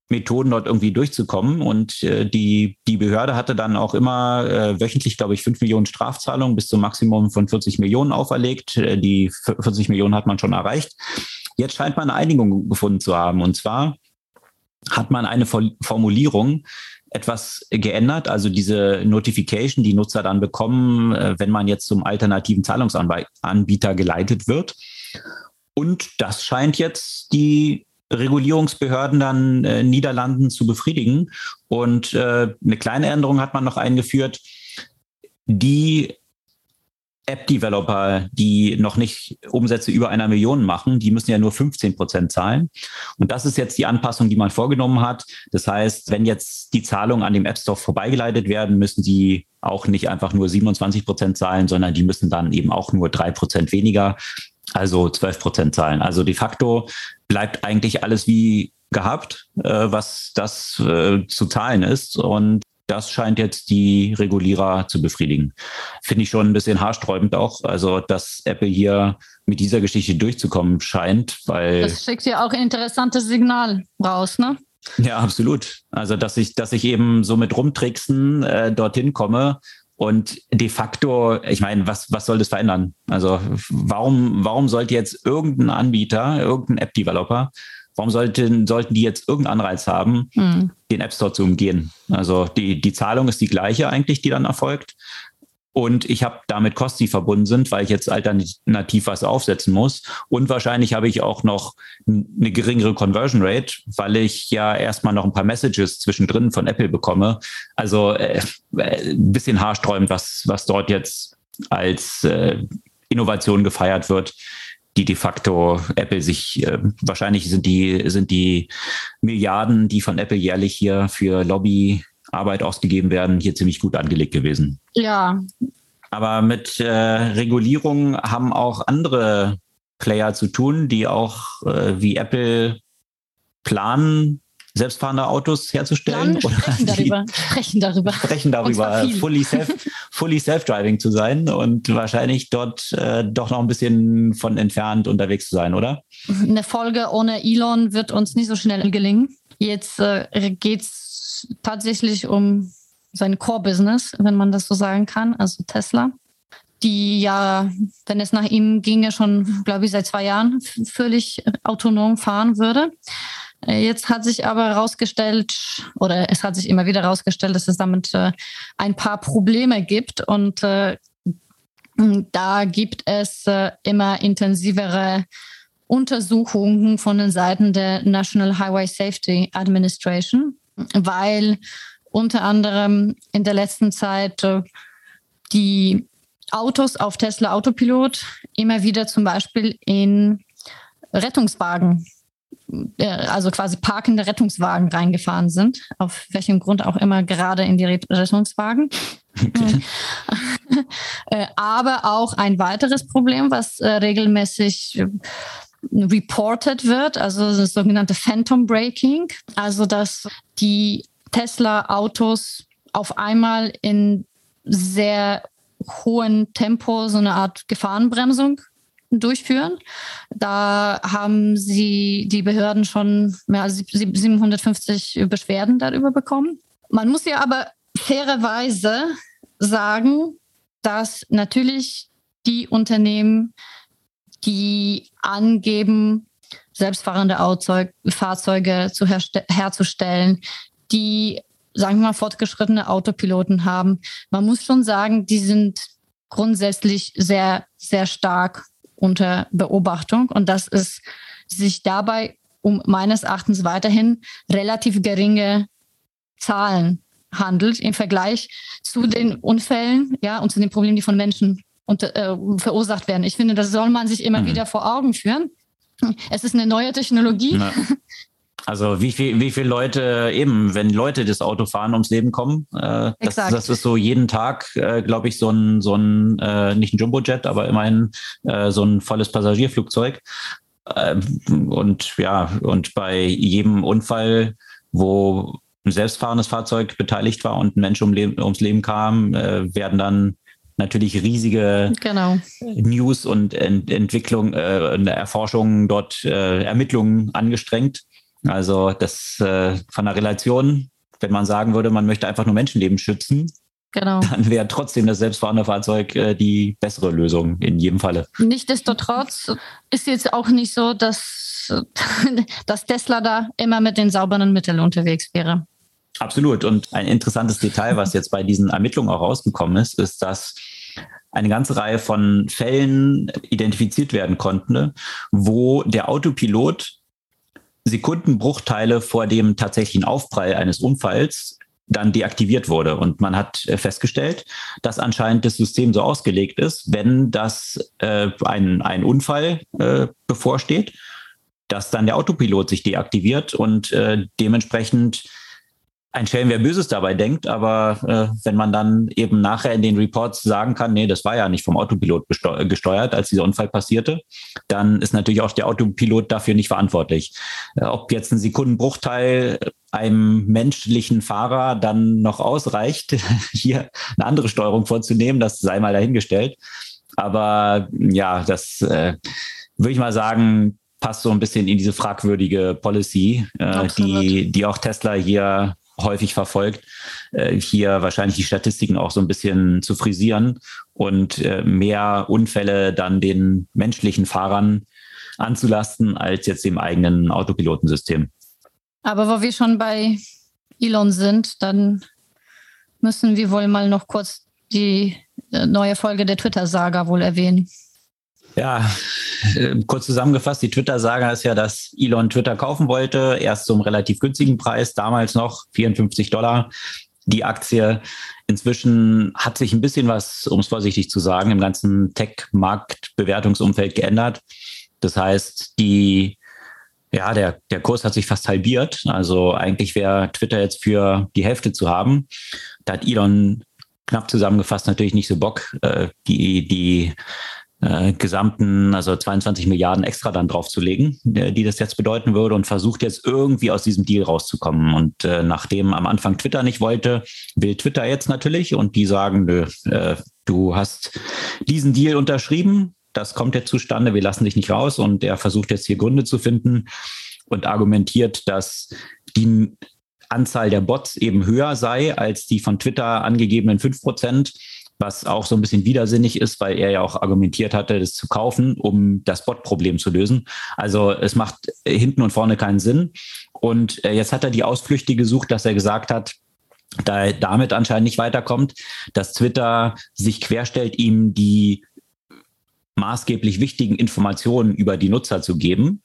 Methoden, dort irgendwie durchzukommen. Und die Behörde hatte dann auch immer wöchentlich, glaube ich, 5 Millionen Strafzahlungen bis zum Maximum von 40 Millionen auferlegt. Die 40 Millionen hat man schon erreicht. Jetzt scheint man eine Einigung gefunden zu haben. Und zwar hat man eine Formulierung etwas geändert, also diese Notification, die Nutzer dann bekommen, wenn man jetzt zum alternativen Zahlungsanbieter geleitet wird. Und das scheint jetzt die Regulierungsbehörden dann Niederlanden zu befriedigen. Und eine kleine Änderung hat man noch eingeführt. Die App-Developer, die noch nicht Umsätze über 1 Million machen, die müssen ja nur 15% zahlen. Und das ist jetzt die Anpassung, die man vorgenommen hat. Das heißt, wenn jetzt die Zahlungen an dem App Store vorbeigeleitet werden, müssen die auch nicht einfach nur 27% zahlen, sondern die müssen dann eben auch nur 3% weniger, also 12% zahlen. Also de facto bleibt eigentlich alles wie gehabt, was das zu zahlen ist. Und das scheint jetzt die Regulierer zu befriedigen. Finde ich schon ein bisschen haarsträubend auch, also dass Apple hier mit dieser Geschichte durchzukommen scheint, weil... Das schickt ja auch ein interessantes Signal raus, ne? Ja, absolut. Also dass ich eben so mit Rumtricksen dorthin komme und de facto, ich meine, was soll das verändern? Also warum sollte jetzt irgendein Anbieter, irgendein App-Developer, warum sollten die jetzt irgendeinen Anreiz haben, den App Store zu umgehen? Also die Zahlung ist die gleiche eigentlich, die dann erfolgt. Und ich habe damit Kosten, die verbunden sind, weil ich jetzt alternativ was aufsetzen muss. Und wahrscheinlich habe ich auch noch eine geringere Conversion Rate, weil ich ja erstmal noch ein paar Messages zwischendrin von Apple bekomme. Also ein bisschen haarsträubend, was dort jetzt als Innovation gefeiert wird, die de facto Apple sich, wahrscheinlich sind die Milliarden, die von Apple jährlich hier für Lobbyarbeit ausgegeben werden, hier ziemlich gut angelegt gewesen. Ja. Aber mit Regulierung haben auch andere Player zu tun, die auch wie Apple planen, selbstfahrende Autos herzustellen. Sprechen darüber. Fully self-driving zu sein und wahrscheinlich dort doch noch ein bisschen von entfernt unterwegs zu sein, oder? Eine Folge ohne Elon wird uns nicht so schnell gelingen. Jetzt geht es tatsächlich um sein Core-Business, wenn man das so sagen kann, also Tesla, die ja, wenn es nach ihm ginge, schon, glaube ich, seit 2 Jahren völlig autonom fahren würde. Jetzt hat sich aber herausgestellt, oder es hat sich immer wieder herausgestellt, dass es damit ein paar Probleme gibt. Und da gibt es immer intensivere Untersuchungen von den Seiten der National Highway Safety Administration, weil unter anderem in der letzten Zeit die Autos auf Tesla Autopilot immer wieder zum Beispiel in Rettungswagen, also quasi parkende Rettungswagen reingefahren sind, auf welchem Grund auch immer gerade in die Rettungswagen. Okay. Aber auch ein weiteres Problem, was regelmäßig reported wird, also das sogenannte Phantom Braking, also dass die Tesla-Autos auf einmal in sehr hohem Tempo so eine Art Gefahrenbremsung durchführen. Da haben die Behörden schon mehr als 750 Beschwerden darüber bekommen. Man muss ja aber fairerweise sagen, dass natürlich die Unternehmen, die angeben, selbstfahrende Fahrzeuge herzustellen, die, sagen wir mal, fortgeschrittene Autopiloten haben. Man muss schon sagen, die sind grundsätzlich sehr, sehr stark unter Beobachtung und dass es sich dabei um meines Erachtens weiterhin relativ geringe Zahlen handelt im Vergleich zu den Unfällen, ja, und zu den Problemen, die von Menschen verursacht werden. Ich finde, das soll man sich immer wieder vor Augen führen. Es ist eine neue Technologie. Ja. Also wie viele Leute eben, wenn Leute das Auto fahren, ums Leben kommen, das ist so jeden Tag, glaube ich, so ein nicht ein Jumbojet, aber immerhin so ein volles Passagierflugzeug. Und bei jedem Unfall, wo ein selbstfahrendes Fahrzeug beteiligt war und ein Mensch ums Leben kam, werden dann natürlich riesige News und Entwicklung, Erforschungen dort, Ermittlungen angestrengt. Also das von der Relation, wenn man sagen würde, man möchte einfach nur Menschenleben schützen, genau, dann wäre trotzdem das selbstfahrende Fahrzeug die bessere Lösung in jedem Falle. Nichtsdestotrotz ist jetzt auch nicht so, dass Tesla da immer mit den sauberen Mitteln unterwegs wäre. Absolut. Und ein interessantes Detail, was jetzt bei diesen Ermittlungen auch rausgekommen ist, ist, dass eine ganze Reihe von Fällen identifiziert werden konnte, wo der Autopilot Sekundenbruchteile vor dem tatsächlichen Aufprall eines Unfalls dann deaktiviert wurde. Und man hat festgestellt, dass anscheinend das System so ausgelegt ist, wenn das ein Unfall bevorsteht, dass dann der Autopilot sich deaktiviert und dementsprechend ein Schelm, wer Böses dabei denkt, aber wenn man dann eben nachher in den Reports sagen kann, nee, das war ja nicht vom Autopilot gesteuert, als dieser Unfall passierte, dann ist natürlich auch der Autopilot dafür nicht verantwortlich. Ob jetzt ein Sekundenbruchteil einem menschlichen Fahrer dann noch ausreicht, hier eine andere Steuerung vorzunehmen, das sei mal dahingestellt. Aber ja, das würde ich mal sagen, passt so ein bisschen in diese fragwürdige Policy, die auch Tesla hier häufig verfolgt, hier wahrscheinlich die Statistiken auch so ein bisschen zu frisieren und mehr Unfälle dann den menschlichen Fahrern anzulasten als jetzt dem eigenen Autopilotensystem. Aber wo wir schon bei Elon sind, dann müssen wir wohl mal noch kurz die neue Folge der Twitter-Saga wohl erwähnen. Ja, kurz zusammengefasst, die Twitter-Saga ist ja, dass Elon Twitter kaufen wollte, erst zum relativ günstigen Preis, damals noch $54 die Aktie. Inzwischen hat sich ein bisschen was, um es vorsichtig zu sagen, im ganzen Tech-Marktbewertungsumfeld geändert. Das heißt, der Kurs hat sich fast halbiert. Also eigentlich wäre Twitter jetzt für die Hälfte zu haben. Da hat Elon knapp zusammengefasst natürlich nicht so Bock, die gesamten, also 22 Milliarden extra dann draufzulegen, die das jetzt bedeuten würde, und versucht jetzt irgendwie aus diesem Deal rauszukommen. Und nachdem am Anfang Twitter nicht wollte, will Twitter jetzt natürlich, und die sagen, nö, du hast diesen Deal unterschrieben, das kommt jetzt zustande, wir lassen dich nicht raus, und er versucht jetzt hier Gründe zu finden und argumentiert, dass die Anzahl der Bots eben höher sei als die von Twitter angegebenen 5%, was auch so ein bisschen widersinnig ist, weil er ja auch argumentiert hatte, das zu kaufen, um das Bot-Problem zu lösen. Also es macht hinten und vorne keinen Sinn. Und jetzt hat er die Ausflüchte gesucht, dass er gesagt hat, da er damit anscheinend nicht weiterkommt, dass Twitter sich querstellt, ihm die maßgeblich wichtigen Informationen über die Nutzer zu geben.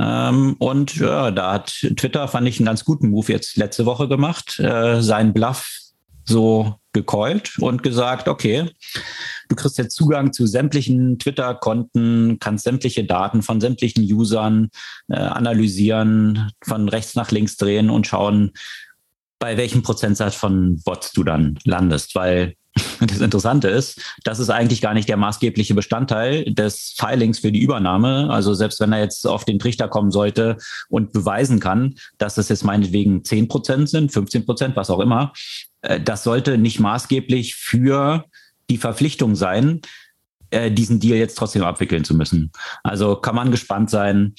Und ja, da hat Twitter, fand ich, einen ganz guten Move jetzt letzte Woche gemacht, seinen Bluff so gecallt und gesagt, okay, du kriegst jetzt Zugang zu sämtlichen Twitter-Konten, kannst sämtliche Daten von sämtlichen Usern analysieren, von rechts nach links drehen und schauen, bei welchem Prozentsatz von Bots du dann landest, weil das Interessante ist, das ist eigentlich gar nicht der maßgebliche Bestandteil des Filings für die Übernahme. Also selbst wenn er jetzt auf den Trichter kommen sollte und beweisen kann, dass es jetzt meinetwegen 10% sind, 15%, was auch immer, das sollte nicht maßgeblich für die Verpflichtung sein, diesen Deal jetzt trotzdem abwickeln zu müssen. Also kann man gespannt sein,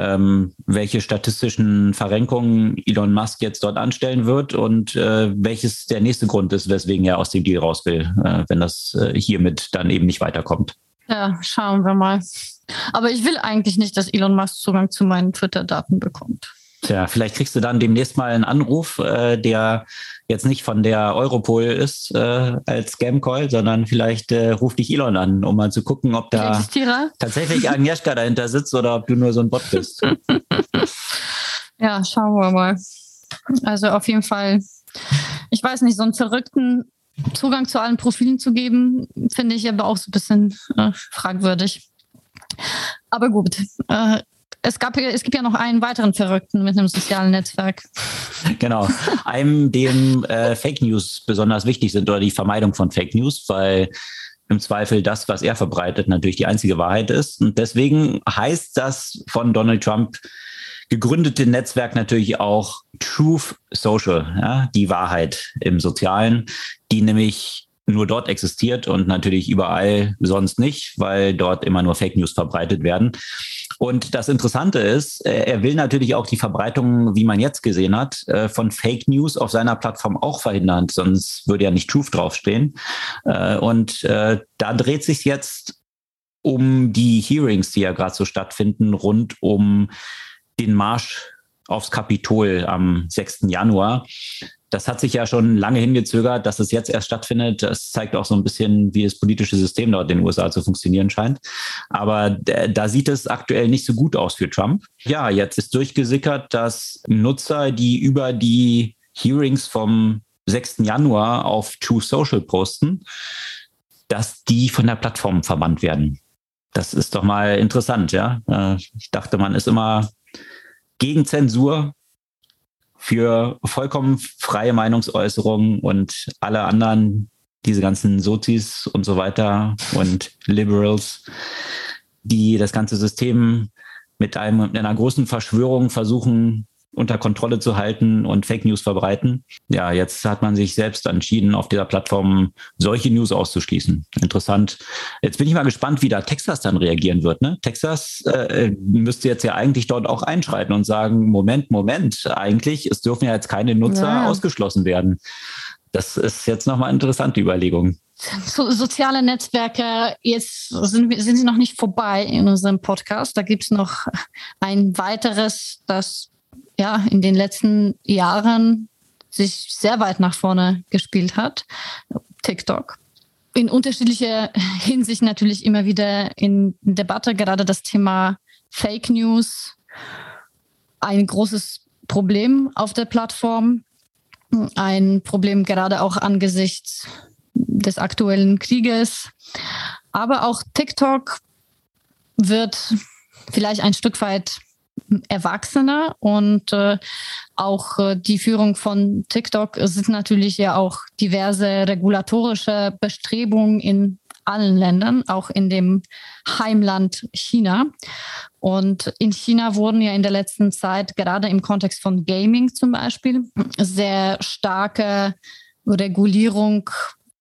welche statistischen Verrenkungen Elon Musk jetzt dort anstellen wird und welches der nächste Grund ist, weswegen er aus dem Deal raus will, wenn das hiermit dann eben nicht weiterkommt. Ja, schauen wir mal. Aber ich will eigentlich nicht, dass Elon Musk Zugang zu meinen Twitter-Daten bekommt. Tja, vielleicht kriegst du dann demnächst mal einen Anruf, der jetzt nicht von der Europol ist als Scam-Call, sondern vielleicht ruft dich Elon an, um mal zu gucken, ob da tatsächlich Agnieszka dahinter sitzt oder ob du nur so ein Bot bist. Ja, schauen wir mal. Also auf jeden Fall, ich weiß nicht, so einen verrückten Zugang zu allen Profilen zu geben, finde ich aber auch so ein bisschen fragwürdig. Aber gut, es gibt ja noch einen weiteren Verrückten mit einem sozialen Netzwerk. Genau, einem, dem Fake News besonders wichtig sind oder die Vermeidung von Fake News, weil im Zweifel das, was er verbreitet, natürlich die einzige Wahrheit ist. Und deswegen heißt das von Donald Trump gegründete Netzwerk natürlich auch Truth Social, ja, die Wahrheit im Sozialen, die nämlich nur dort existiert und natürlich überall sonst nicht, weil dort immer nur Fake News verbreitet werden. Und das Interessante ist, er will natürlich auch die Verbreitung, wie man jetzt gesehen hat, von Fake News auf seiner Plattform auch verhindern, sonst würde ja nicht Truth draufstehen. Und da dreht sich jetzt um die Hearings, die ja gerade so stattfinden, rund um den Marsch aufs Kapitol am 6. Januar. Das hat sich ja schon lange hingezögert, dass es jetzt erst stattfindet. Das zeigt auch so ein bisschen, wie das politische System dort in den USA zu funktionieren scheint. Aber da sieht es aktuell nicht so gut aus für Trump. Ja, jetzt ist durchgesickert, dass Nutzer, die über die Hearings vom 6. Januar auf Truth Social posten, dass die von der Plattform verbannt werden. Das ist doch mal interessant, ja. Ich dachte, man ist immer gegen Zensur, für vollkommen freie Meinungsäußerung und alle anderen, diese ganzen Sozis und so weiter und Liberals, die das ganze System mit einer großen Verschwörung versuchen unter Kontrolle zu halten und Fake News verbreiten. Ja, jetzt hat man sich selbst entschieden, auf dieser Plattform solche News auszuschließen. Interessant. Jetzt bin ich mal gespannt, wie da Texas dann reagieren wird. Ne? Texas müsste jetzt ja eigentlich dort auch einschreiten und sagen, Moment, eigentlich, es dürfen ja jetzt keine Nutzer ausgeschlossen werden. Das ist jetzt nochmal eine interessante Überlegung. Soziale Netzwerke, jetzt sind sie noch nicht vorbei in unserem Podcast. Da gibt es noch ein weiteres, das ja in den letzten Jahren sich sehr weit nach vorne gespielt hat, TikTok. In unterschiedlicher Hinsicht natürlich immer wieder in Debatte, gerade das Thema Fake News, ein großes Problem auf der Plattform, ein Problem gerade auch angesichts des aktuellen Krieges. Aber auch TikTok wird vielleicht ein Stück weit erwachsener und auch die Führung von TikTok sind natürlich ja auch diverse regulatorische Bestrebungen in allen Ländern, auch in dem Heimland China. Und in China wurden ja in der letzten Zeit, gerade im Kontext von Gaming zum Beispiel, sehr starke Regulierung,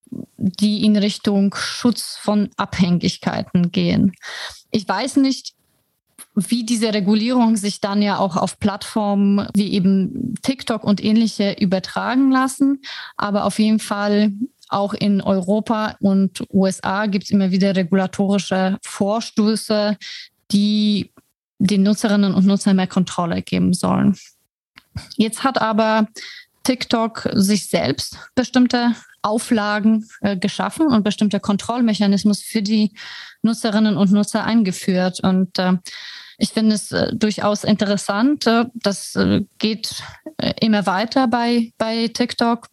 die in Richtung Schutz von Abhängigkeiten gehen. Ich weiß nicht, wie diese Regulierung sich dann ja auch auf Plattformen wie eben TikTok und ähnliche übertragen lassen. Aber auf jeden Fall auch in Europa und USA gibt es immer wieder regulatorische Vorstöße, die den Nutzerinnen und Nutzern mehr Kontrolle geben sollen. Jetzt hat aber TikTok sich selbst bestimmte Auflagen geschaffen und bestimmte Kontrollmechanismus für die Nutzerinnen und Nutzer eingeführt. Und ich finde es durchaus interessant. Das geht immer weiter bei TikTok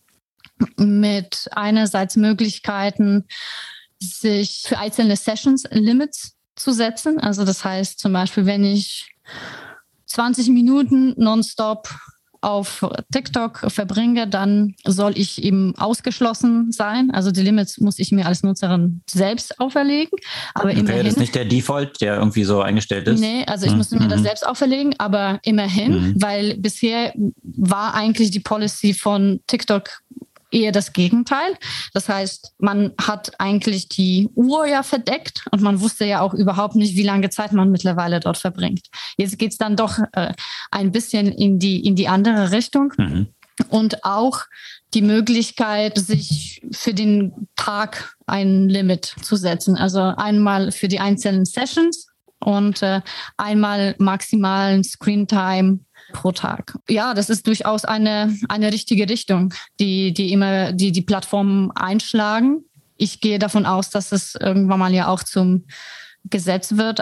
mit einerseits Möglichkeiten, sich für einzelne Sessions Limits zu setzen. Also das heißt zum Beispiel, wenn ich 20 Minuten nonstop auf TikTok verbringe, dann soll ich eben ausgeschlossen sein. Also die Limits muss ich mir als Nutzerin selbst auferlegen. Aber immerhin, das ist nicht der Default, der irgendwie so eingestellt ist? Nee, also ich musste mir das selbst auferlegen, aber immerhin, weil bisher war eigentlich die Policy von TikTok eher das Gegenteil. Das heißt, man hat eigentlich die Uhr ja verdeckt und man wusste ja auch überhaupt nicht, wie lange Zeit man mittlerweile dort verbringt. Jetzt geht es dann doch ein bisschen in die andere Richtung. Und auch die Möglichkeit, sich für den Tag ein Limit zu setzen. Also einmal für die einzelnen Sessions und einmal maximalen Screentime pro Tag. Ja, das ist durchaus eine richtige Richtung, die Plattformen einschlagen. Ich gehe davon aus, dass es irgendwann mal ja auch zum Gesetz wird.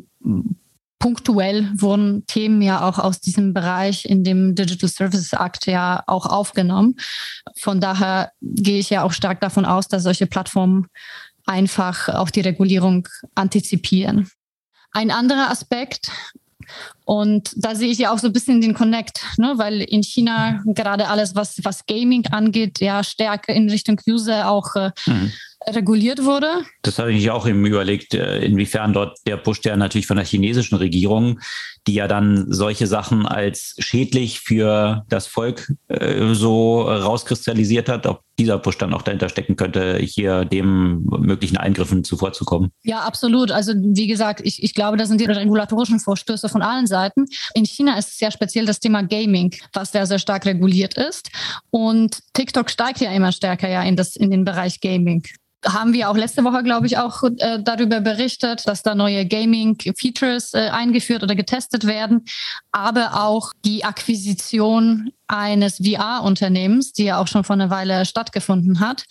Punktuell wurden Themen ja auch aus diesem Bereich in dem Digital Services Act ja auch aufgenommen. Von daher gehe ich ja auch stark davon aus, dass solche Plattformen einfach auch die Regulierung antizipieren. Ein anderer Aspekt, und da sehe ich ja auch so ein bisschen den Connect, ne? Weil in China gerade alles, was Gaming angeht, ja stärker in Richtung User auch reguliert wurde. Das habe ich auch eben überlegt, inwiefern dort der Push, der natürlich von der chinesischen Regierung, die ja dann solche Sachen als schädlich für das Volk so rauskristallisiert hat, ob dieser Push dann auch dahinter stecken könnte, hier dem möglichen Eingriffen zuvorzukommen. Ja, absolut. Also wie gesagt, ich glaube, das sind die regulatorischen Vorstöße von allen Seiten. In China ist es sehr speziell das Thema Gaming, was sehr, sehr stark reguliert ist. Und TikTok steigt ja immer stärker in den Bereich Gaming. Haben wir auch letzte Woche, glaube ich, auch darüber berichtet, dass da neue Gaming-Features eingeführt oder getestet werden, aber auch die Akquisition eines VR-Unternehmens, die ja auch schon vor einer Weile stattgefunden hat,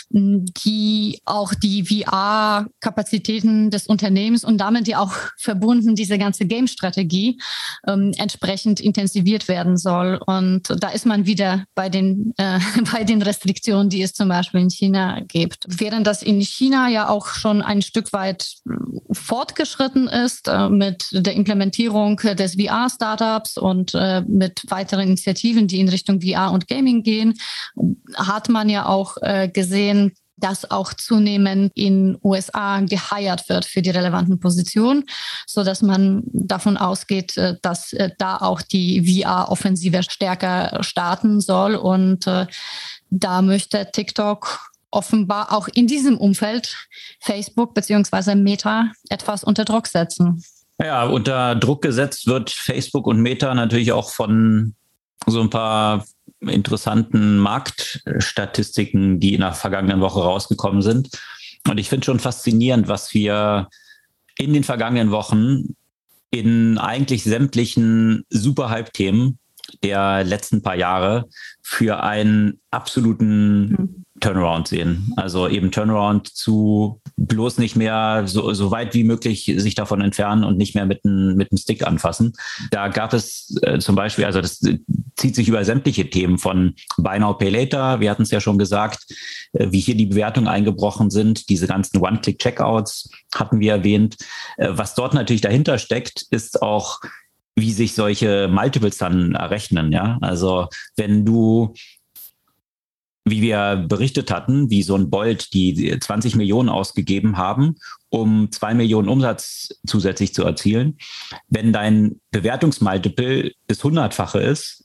die auch die VR-Kapazitäten des Unternehmens und damit ja auch verbunden diese ganze Game-Strategie entsprechend intensiviert werden soll. Und da ist man wieder bei den Restriktionen, die es zum Beispiel in China gibt. Während das in China ja auch schon ein Stück weit fortgeschritten ist mit der Implementierung des VR-Startups und mit weiteren Initiativen, die in Richtung VR und Gaming gehen, hat man ja auch gesehen, dass auch zunehmend in USA geheiert wird für die relevanten Positionen, so dass man davon ausgeht, dass da auch die VR-Offensive stärker starten soll. Und da möchte TikTok offenbar auch in diesem Umfeld Facebook bzw. Meta etwas unter Druck setzen. Ja, unter Druck gesetzt wird Facebook und Meta natürlich auch von so ein paar interessanten Marktstatistiken, die in der vergangenen Woche rausgekommen sind. Und ich finde schon faszinierend, was wir in den vergangenen Wochen in eigentlich sämtlichen Super-Hype-Themen der letzten paar Jahre für einen absoluten Turnaround sehen. Also eben Turnaround zu bloß nicht mehr so weit wie möglich sich davon entfernen und nicht mehr mit dem Stick anfassen. Da gab es zum Beispiel, also das zieht sich über sämtliche Themen von Buy Now, Pay Later. Wir hatten es ja schon gesagt, wie hier die Bewertungen eingebrochen sind. Diese ganzen One-Click-Checkouts hatten wir erwähnt. Was dort natürlich dahinter steckt, ist auch, wie sich solche Multiples dann errechnen. Ja? Also wenn du, wie wir berichtet hatten, wie so ein Bolt, die 20 Millionen ausgegeben haben, um 2 Millionen Umsatz zusätzlich zu erzielen. Wenn dein Bewertungsmultiple das 100-fache ist,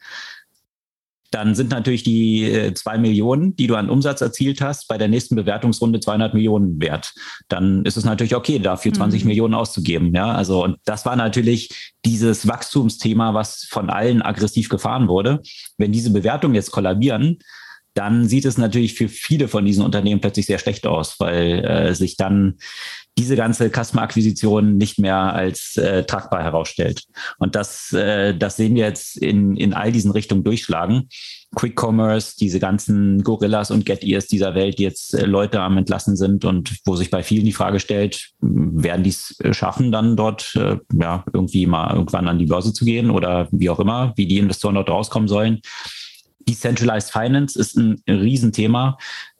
dann sind natürlich die 2 Millionen, die du an Umsatz erzielt hast, bei der nächsten Bewertungsrunde 200 Millionen wert. Dann ist es natürlich okay, dafür 20 Millionen auszugeben. Ja, also, und das war natürlich dieses Wachstumsthema, was von allen aggressiv gefahren wurde. Wenn diese Bewertungen jetzt kollabieren, dann sieht es natürlich für viele von diesen Unternehmen plötzlich sehr schlecht aus, weil sich dann diese ganze Customer-Akquisition nicht mehr als tragbar herausstellt. Und das sehen wir jetzt in all diesen Richtungen durchschlagen. Quick Commerce, diese ganzen Gorillas und Get-Ears dieser Welt, die jetzt Leute am Entlassen sind und wo sich bei vielen die Frage stellt, werden die es schaffen, dann dort irgendwie mal irgendwann an die Börse zu gehen oder wie auch immer, wie die Investoren dort rauskommen sollen. Decentralized Finance ist ein Riesenthema.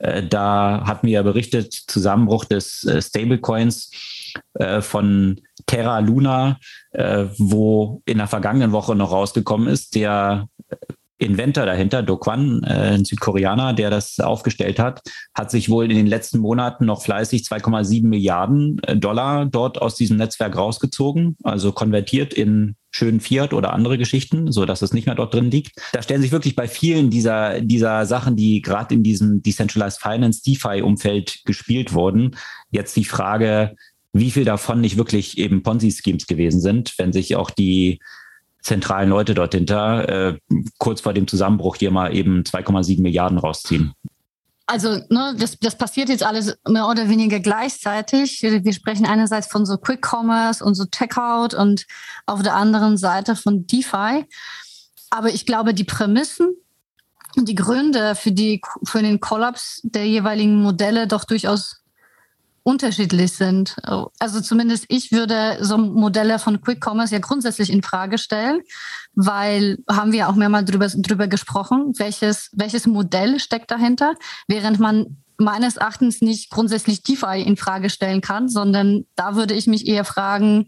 Da hatten wir ja berichtet, Zusammenbruch des Stablecoins von Terra Luna, wo in der vergangenen Woche noch rausgekommen ist, der Inventor dahinter, Do Kwon, ein Südkoreaner, der das aufgestellt hat, hat sich wohl in den letzten Monaten noch fleißig 2,7 Milliarden $, dort aus diesem Netzwerk rausgezogen, also konvertiert in schönen Fiat oder andere Geschichten, so dass es nicht mehr dort drin liegt. Da stellen sich wirklich bei vielen dieser Sachen, die gerade in diesem Decentralized Finance, DeFi-Umfeld gespielt wurden, jetzt die Frage, wie viel davon nicht wirklich eben Ponzi-Schemes gewesen sind, wenn sich auch die zentralen Leute dort hinter kurz vor dem Zusammenbruch hier mal eben 2,7 Milliarden rausziehen. Also das passiert jetzt alles mehr oder weniger gleichzeitig. Wir sprechen einerseits von so Quick Commerce und so Checkout und auf der anderen Seite von DeFi. Aber ich glaube, die Prämissen und die Gründe für den Kollaps der jeweiligen Modelle doch durchaus unterschiedlich sind. Also zumindest ich würde so Modelle von Quick Commerce ja grundsätzlich in Frage stellen, weil haben wir auch mehrmals drüber gesprochen, welches Modell steckt dahinter, während man meines Erachtens nicht grundsätzlich DeFi in Frage stellen kann, sondern da würde ich mich eher fragen,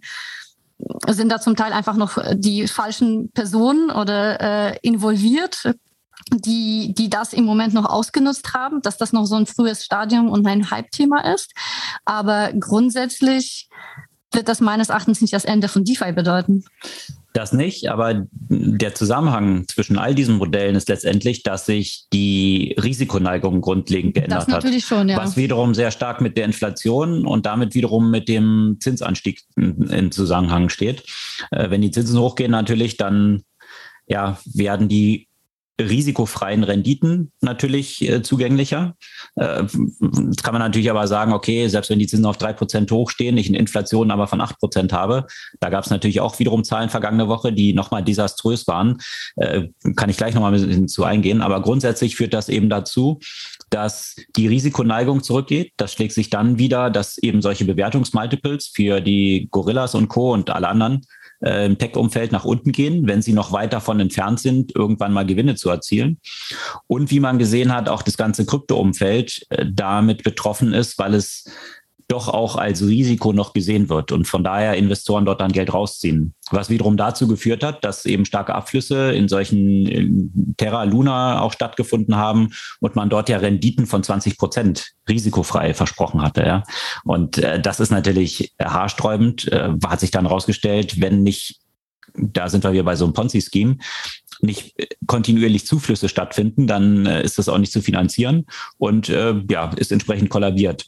sind da zum Teil einfach noch die falschen Personen oder involviert? die das im Moment noch ausgenutzt haben, dass das noch so ein frühes Stadium und ein Hype-Thema ist. Aber grundsätzlich wird das meines Erachtens nicht das Ende von DeFi bedeuten. Das nicht, aber der Zusammenhang zwischen all diesen Modellen ist letztendlich, dass sich die Risikoneigung grundlegend geändert hat. Das natürlich schon, ja. Was wiederum sehr stark mit der Inflation und damit wiederum mit dem Zinsanstieg in Zusammenhang steht. Wenn die Zinsen hochgehen natürlich, dann werden die risikofreien Renditen natürlich zugänglicher. Jetzt kann man natürlich aber sagen, okay, selbst wenn die Zinsen auf 3% hochstehen, ich eine Inflation aber von 8% habe, da gab es natürlich auch wiederum Zahlen vergangene Woche, die nochmal desaströs waren. Kann ich gleich nochmal ein bisschen zu eingehen. Aber grundsätzlich führt das eben dazu, dass die Risikoneigung zurückgeht. Das schlägt sich dann wieder, dass eben solche Bewertungsmultiples für die Gorillas und Co. und alle anderen im Tech-Umfeld nach unten gehen, wenn sie noch weit davon entfernt sind, irgendwann mal Gewinne zu erzielen. Und wie man gesehen hat, auch das ganze Krypto-Umfeld damit betroffen ist, weil es doch auch als Risiko noch gesehen wird und von daher Investoren dort dann Geld rausziehen. Was wiederum dazu geführt hat, dass eben starke Abflüsse in solchen Terra Luna auch stattgefunden haben und man dort ja Renditen von 20% risikofrei versprochen hatte. Ja. Und das ist natürlich haarsträubend, hat sich dann rausgestellt, wenn nicht, da sind wir wieder bei so einem Ponzi-Scheme, nicht kontinuierlich Zuflüsse stattfinden, dann ist das auch nicht zu finanzieren und ist entsprechend kollabiert.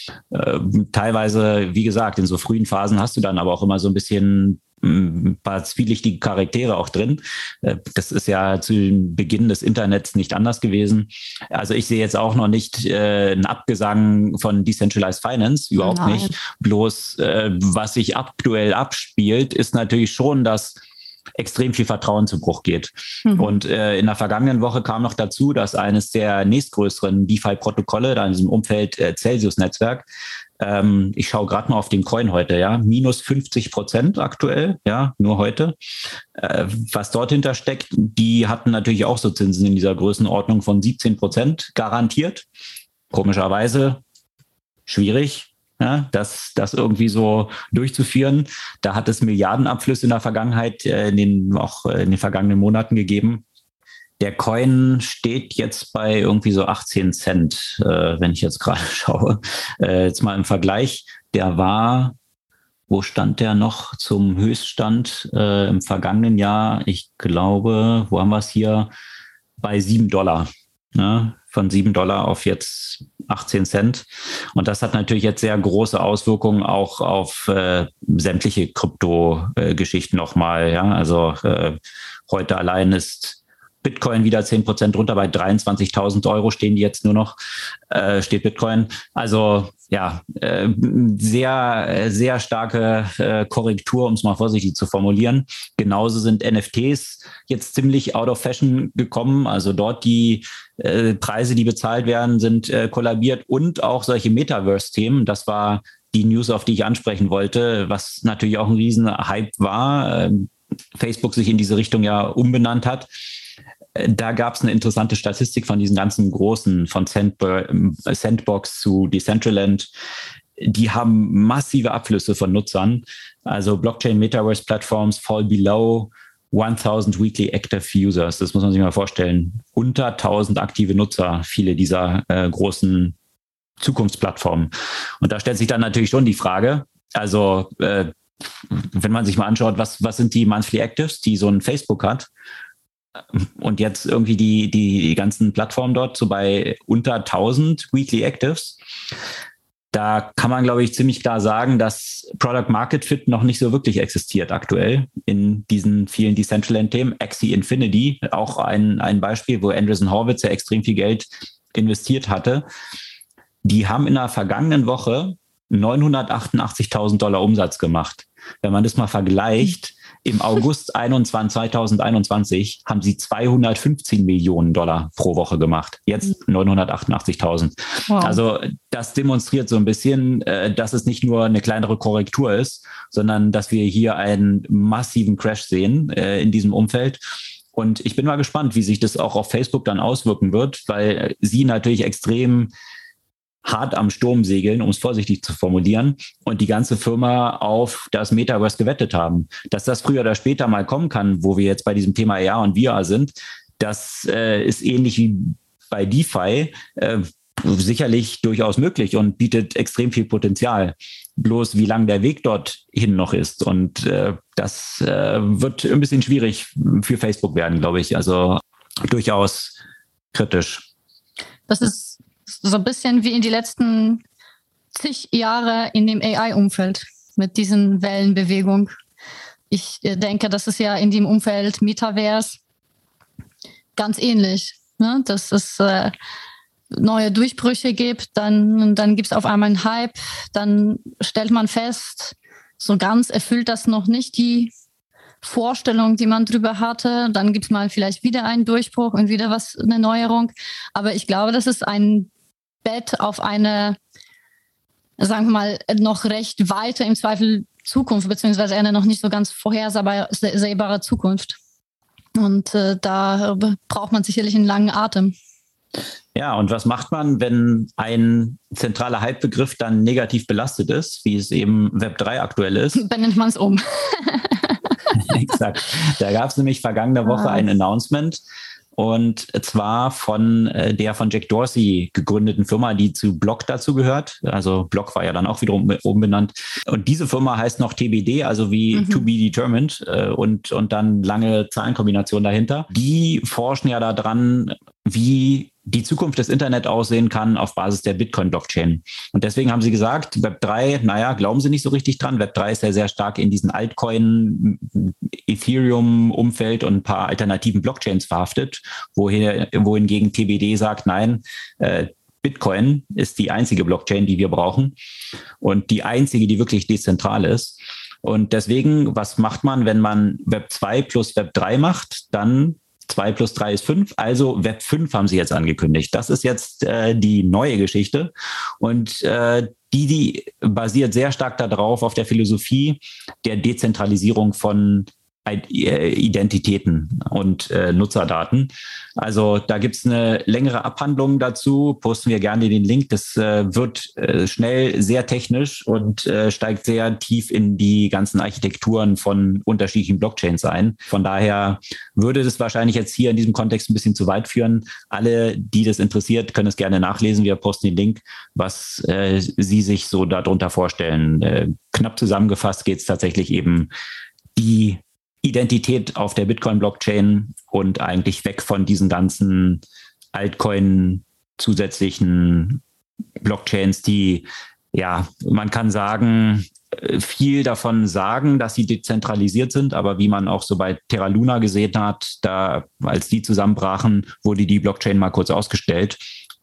Teilweise, wie gesagt, in so frühen Phasen hast du dann aber auch immer so ein bisschen ein paar zwielichtige Charaktere auch drin. Das ist ja zu Beginn des Internets nicht anders gewesen. Also ich sehe jetzt auch noch nicht einen Abgesang von Decentralized Finance, überhaupt nicht. Bloß was sich aktuell abspielt, ist natürlich schon, dass extrem viel Vertrauen zu Bruch geht. Und in der vergangenen Woche kam noch dazu, dass eines der nächstgrößeren DeFi-Protokolle, da in diesem Umfeld Celsius-Netzwerk, ich schaue gerade mal auf den Coin heute, ja, minus 50% aktuell, ja, nur heute. Was dort hinter steckt, die hatten natürlich auch so Zinsen in dieser Größenordnung von 17% garantiert. Komischerweise schwierig. Ja, das irgendwie so durchzuführen. Da hat es Milliardenabflüsse in der Vergangenheit, in den vergangenen Monaten gegeben. Der Coin steht jetzt bei irgendwie so 18 Cent, wenn ich jetzt gerade schaue. Jetzt mal im Vergleich, der war, wo stand der noch zum Höchststand im vergangenen Jahr? Ich glaube, wo haben wir es hier? Bei $7. Ne? Von $7 auf jetzt 18 Cent. Und das hat natürlich jetzt sehr große Auswirkungen auch auf sämtliche Krypto-Geschichten nochmal. Ja? Also heute allein ist Bitcoin wieder 10% runter, bei 23.000 Euro stehen die jetzt nur noch, steht Bitcoin. Also ja, sehr, sehr starke Korrektur, um es mal vorsichtig zu formulieren. Genauso sind NFTs jetzt ziemlich out of fashion gekommen. Also dort die Preise, die bezahlt werden, sind kollabiert und auch solche Metaverse-Themen. Das war die News, auf die ich ansprechen wollte, was natürlich auch ein riesen Hype war. Facebook sich in diese Richtung ja umbenannt hat. Da gab es eine interessante Statistik von diesen ganzen großen, von Sandbox zu Decentraland. Die haben massive Abflüsse von Nutzern. Also Blockchain-Metaverse-Plattforms fall below 1000 weekly active users. Das muss man sich mal vorstellen. Unter 1000 aktive Nutzer, viele dieser großen Zukunftsplattformen. Und da stellt sich dann natürlich schon die Frage, also wenn man sich mal anschaut, was sind die Monthly Actives, die so ein Facebook hat, und jetzt irgendwie die ganzen Plattformen dort so bei unter 1000 Weekly Actives. Da kann man, glaube ich, ziemlich klar sagen, dass Product Market Fit noch nicht so wirklich existiert aktuell in diesen vielen Decentraland-Themen. Axie Infinity, auch ein Beispiel, wo Andreessen Horowitz ja extrem viel Geld investiert hatte. Die haben in der vergangenen Woche $988.000 Umsatz gemacht. Wenn man das mal vergleicht, im August 2021 haben sie $215 Millionen pro Woche gemacht. Jetzt 988.000. Wow. Also das demonstriert so ein bisschen, dass es nicht nur eine kleinere Korrektur ist, sondern dass wir hier einen massiven Crash sehen in diesem Umfeld. Und ich bin mal gespannt, wie sich das auch auf Facebook dann auswirken wird, weil sie natürlich extrem hart am Sturm segeln, um es vorsichtig zu formulieren, und die ganze Firma auf das Metaverse gewettet haben. Dass das früher oder später mal kommen kann, wo wir jetzt bei diesem Thema AR und VR sind, Das ist ähnlich wie bei DeFi sicherlich durchaus möglich und bietet extrem viel Potenzial. Bloß wie lang der Weg dorthin noch ist. Und das wird ein bisschen schwierig für Facebook werden, glaube ich. Also durchaus kritisch. Das ist so ein bisschen wie in die letzten zig Jahre in dem AI-Umfeld mit diesen Wellenbewegung. Ich denke, das ist ja in dem Umfeld Metaverse ganz ähnlich, ne? Dass es neue Durchbrüche gibt, dann gibt es auf einmal einen Hype, dann stellt man fest, so ganz erfüllt das noch nicht die Vorstellung, die man drüber hatte. Dann gibt es mal vielleicht wieder einen Durchbruch und wieder eine Neuerung. Aber ich glaube, das ist ein Bett auf eine, sagen wir mal, noch recht weite im Zweifel Zukunft, beziehungsweise eine noch nicht so ganz vorhersehbare Zukunft. Und da braucht man sicherlich einen langen Atem. Ja, und was macht man, wenn ein zentraler Hype-Begriff dann negativ belastet ist, wie es eben Web3 aktuell ist? Dann nennt man es um. Exakt. Da gab es nämlich vergangene Woche ein Announcement. Und zwar von der von Jack Dorsey gegründeten Firma, die zu Block dazu gehört. Also Block war ja dann auch wiederum umbenannt. Und diese Firma heißt noch TBD, also wie To Be Determined und dann lange Zahlenkombination dahinter. Die forschen ja daran, wie die Zukunft des Internet aussehen kann auf Basis der Bitcoin-Blockchain. Und deswegen haben sie gesagt, Web3, glauben sie nicht so richtig dran. Web3 ist ja sehr stark in diesen Altcoin, Ethereum-Umfeld und ein paar alternativen Blockchains verhaftet, wohingegen TBD sagt, nein, Bitcoin ist die einzige Blockchain, die wir brauchen und die einzige, die wirklich dezentral ist. Und deswegen, was macht man, wenn man Web 2 plus Web 3 macht? Dann 2 plus 3 ist 5, also Web 5 haben sie jetzt angekündigt. Das ist jetzt die neue Geschichte und die basiert sehr stark darauf, auf der Philosophie der Dezentralisierung von Identitäten und Nutzerdaten. Also da gibt es eine längere Abhandlung dazu, posten wir gerne den Link. Das wird schnell sehr technisch und steigt sehr tief in die ganzen Architekturen von unterschiedlichen Blockchains ein. Von daher würde das wahrscheinlich jetzt hier in diesem Kontext ein bisschen zu weit führen. Alle, die das interessiert, können es gerne nachlesen. Wir posten den Link, was Sie sich so darunter vorstellen. Knapp zusammengefasst geht es tatsächlich eben die Identität auf der Bitcoin-Blockchain und eigentlich weg von diesen ganzen Altcoin zusätzlichen Blockchains, die, ja, man kann sagen, viel davon sagen, dass sie dezentralisiert sind, aber wie man auch so bei Terra Luna gesehen hat, da, als die zusammenbrachen, wurde die Blockchain mal kurz ausgestellt.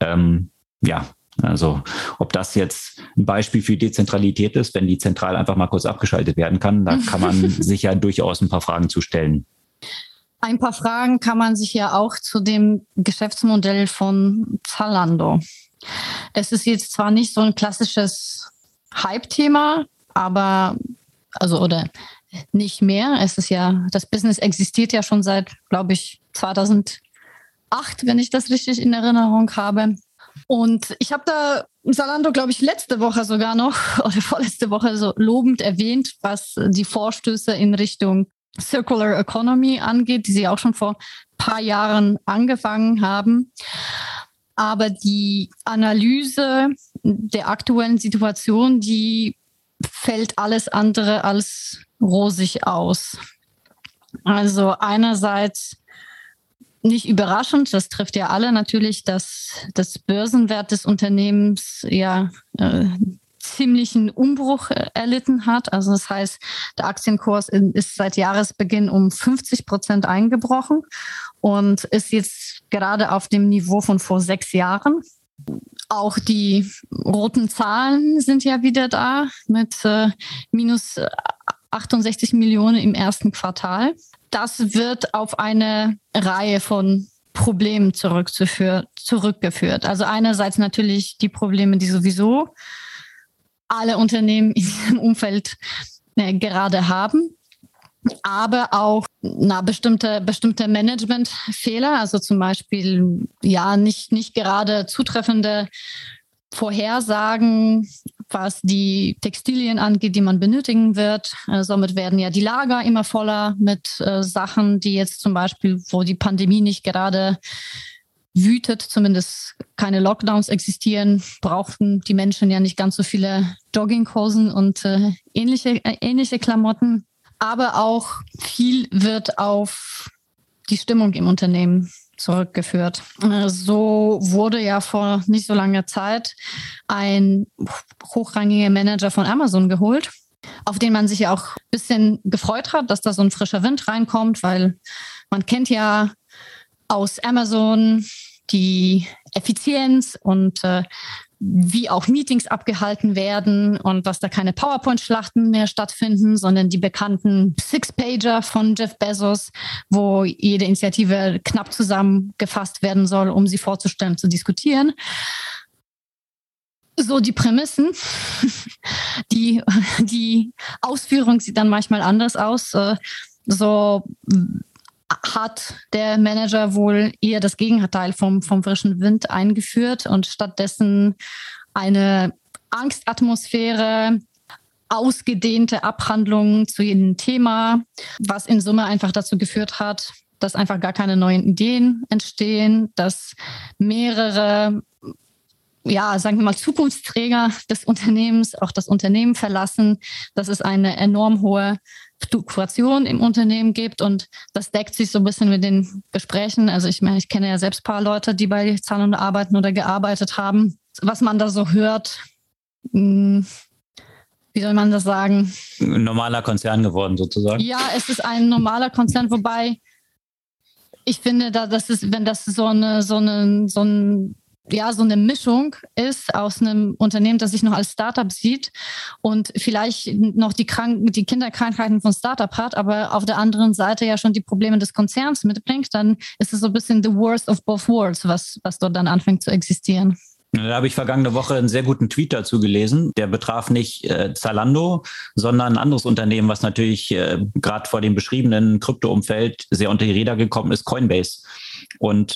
Also ob das jetzt ein Beispiel für Dezentralität ist, wenn die zentral einfach mal kurz abgeschaltet werden kann, da kann man sich ja durchaus ein paar Fragen zu stellen. Ein paar Fragen kann man sich ja auch zu dem Geschäftsmodell von Zalando. Es ist jetzt zwar nicht so ein klassisches Hype-Thema, aber, oder nicht mehr. Es ist ja, das Business existiert ja schon seit, glaube ich, 2008, wenn ich das richtig in Erinnerung habe. Und ich habe da Zalando, glaube ich, letzte Woche sogar noch oder vorletzte Woche so lobend erwähnt, was die Vorstöße in Richtung Circular Economy angeht, die sie auch schon vor ein paar Jahren angefangen haben. Aber die Analyse der aktuellen Situation, die fällt alles andere als rosig aus. Also einerseits nicht überraschend, das trifft ja alle natürlich, dass das Börsenwert des Unternehmens ziemlichen Umbruch erlitten hat. Also das heißt, der Aktienkurs ist seit Jahresbeginn um 50% eingebrochen und ist jetzt gerade auf dem Niveau von vor 6 Jahren. Auch die roten Zahlen sind ja wieder da mit minus 68 Millionen im ersten Quartal. Das wird auf eine Reihe von Problemen zurückgeführt. Also einerseits natürlich die Probleme, die sowieso alle Unternehmen in diesem Umfeld gerade haben, aber auch bestimmte Managementfehler, also zum Beispiel nicht gerade zutreffende Vorhersagen was die Textilien angeht, die man benötigen wird. Somit werden ja die Lager immer voller mit Sachen, die jetzt zum Beispiel, wo die Pandemie nicht gerade wütet, zumindest keine Lockdowns existieren, brauchten die Menschen ja nicht ganz so viele Jogginghosen und ähnliche Klamotten. Aber auch viel wird auf die Stimmung im Unternehmen zurückgeführt. So wurde ja vor nicht so langer Zeit ein hochrangiger Manager von Amazon geholt, auf den man sich ja auch ein bisschen gefreut hat, dass da so ein frischer Wind reinkommt, weil man kennt ja aus Amazon die Effizienz und wie auch Meetings abgehalten werden und dass da keine PowerPoint-Schlachten mehr stattfinden, sondern die bekannten Six-Pager von Jeff Bezos, wo jede Initiative knapp zusammengefasst werden soll, um sie vorzustellen, zu diskutieren. So die Prämissen. Die Ausführung sieht dann manchmal anders aus. So hat der Manager wohl eher das Gegenteil vom frischen Wind eingeführt und stattdessen eine Angstatmosphäre, ausgedehnte Abhandlungen zu jedem Thema, was in Summe einfach dazu geführt hat, dass einfach gar keine neuen Ideen entstehen, dass mehrere, ja, sagen wir mal, Zukunftsträger des Unternehmens auch das Unternehmen verlassen, dass es eine enorm hohe Fluktuation im Unternehmen gibt und das deckt sich so ein bisschen mit den Gesprächen. Also ich meine, ich kenne ja selbst ein paar Leute, die bei Zalando arbeiten oder gearbeitet haben. Was man da so hört, wie soll man das sagen? Ein normaler Konzern geworden sozusagen. Ja, es ist ein normaler Konzern, wobei ich finde, das ist, wenn das so eine Mischung ist aus einem Unternehmen, das sich noch als Startup sieht und vielleicht noch die Kinderkrankheiten von Startup hat, aber auf der anderen Seite ja schon die Probleme des Konzerns mitbringt, dann ist es so ein bisschen the worst of both worlds, was dort dann anfängt zu existieren. Da habe ich vergangene Woche einen sehr guten Tweet dazu gelesen. Der betraf nicht Zalando, sondern ein anderes Unternehmen, was natürlich gerade vor dem beschriebenen Krypto-Umfeld sehr unter die Räder gekommen ist, Coinbase. Und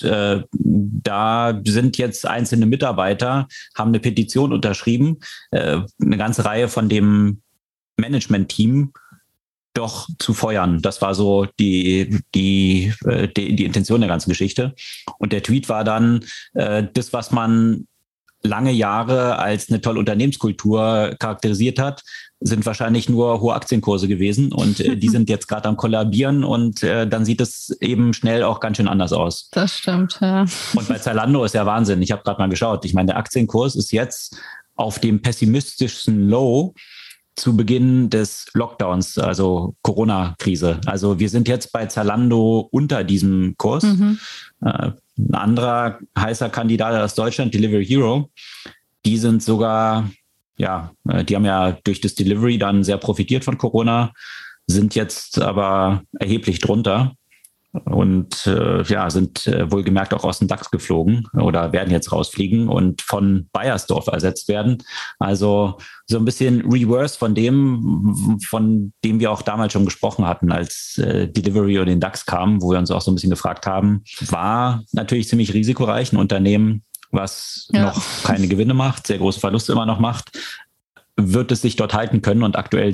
da sind jetzt einzelne Mitarbeiter, haben eine Petition unterschrieben, eine ganze Reihe von dem Management-Team doch zu feuern. Das war so die Intention der ganzen Geschichte. Und der Tweet war dann, das, was man lange Jahre als eine tolle Unternehmenskultur charakterisiert hat, sind wahrscheinlich nur hohe Aktienkurse gewesen und die sind jetzt gerade am Kollabieren und dann sieht es eben schnell auch ganz schön anders aus. Das stimmt, ja. Und bei Zalando ist ja Wahnsinn. Ich habe gerade mal geschaut. Ich meine, der Aktienkurs ist jetzt auf dem pessimistischsten Low zu Beginn des Lockdowns, also Corona-Krise. Also wir sind jetzt bei Zalando unter diesem Kurs. Ein anderer heißer Kandidat aus Deutschland, Delivery Hero, die sind sogar, ja, die haben ja durch das Delivery dann sehr profitiert von Corona, sind jetzt aber erheblich drunter und sind wohlgemerkt auch aus dem DAX geflogen oder werden jetzt rausfliegen und von Baiersdorf ersetzt werden. Also so ein bisschen Reverse von dem wir auch damals schon gesprochen hatten, als Delivery oder den DAX kam, wo wir uns auch so ein bisschen gefragt haben, war natürlich ziemlich risikoreich, ein Unternehmen, was noch keine Gewinne macht, sehr große Verluste immer noch macht. Wird es sich dort halten können? Und aktuell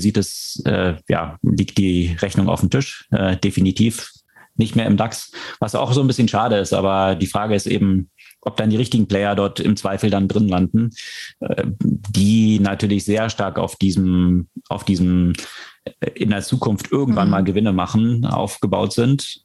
liegt die Rechnung auf dem Tisch, definitiv nicht mehr im DAX, was auch so ein bisschen schade ist. Aber die Frage ist eben, ob dann die richtigen Player dort im Zweifel dann drin landen, die natürlich sehr stark auf diesem in der Zukunft irgendwann mal Gewinne machen, aufgebaut sind.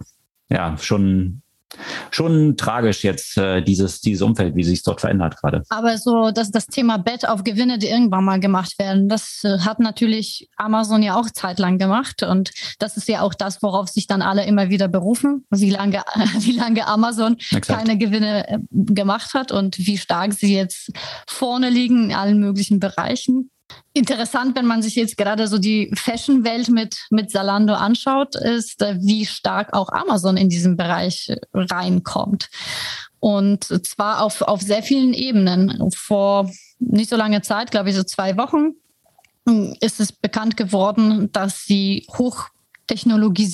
Schon tragisch jetzt dieses Umfeld, wie sich es dort verändert gerade. Aber so das Thema Bet auf Gewinne, die irgendwann mal gemacht werden, das hat natürlich Amazon ja auch zeitlang gemacht und das ist ja auch das, worauf sich dann alle immer wieder berufen, wie lange Amazon keine Gewinne gemacht hat und wie stark sie jetzt vorne liegen in allen möglichen Bereichen. Interessant, wenn man sich jetzt gerade so die Fashion-Welt mit Zalando anschaut, ist, wie stark auch Amazon in diesen Bereich reinkommt. Und zwar auf sehr vielen Ebenen. Vor nicht so langer Zeit, glaube ich so 2 Wochen, ist es bekannt geworden, dass sie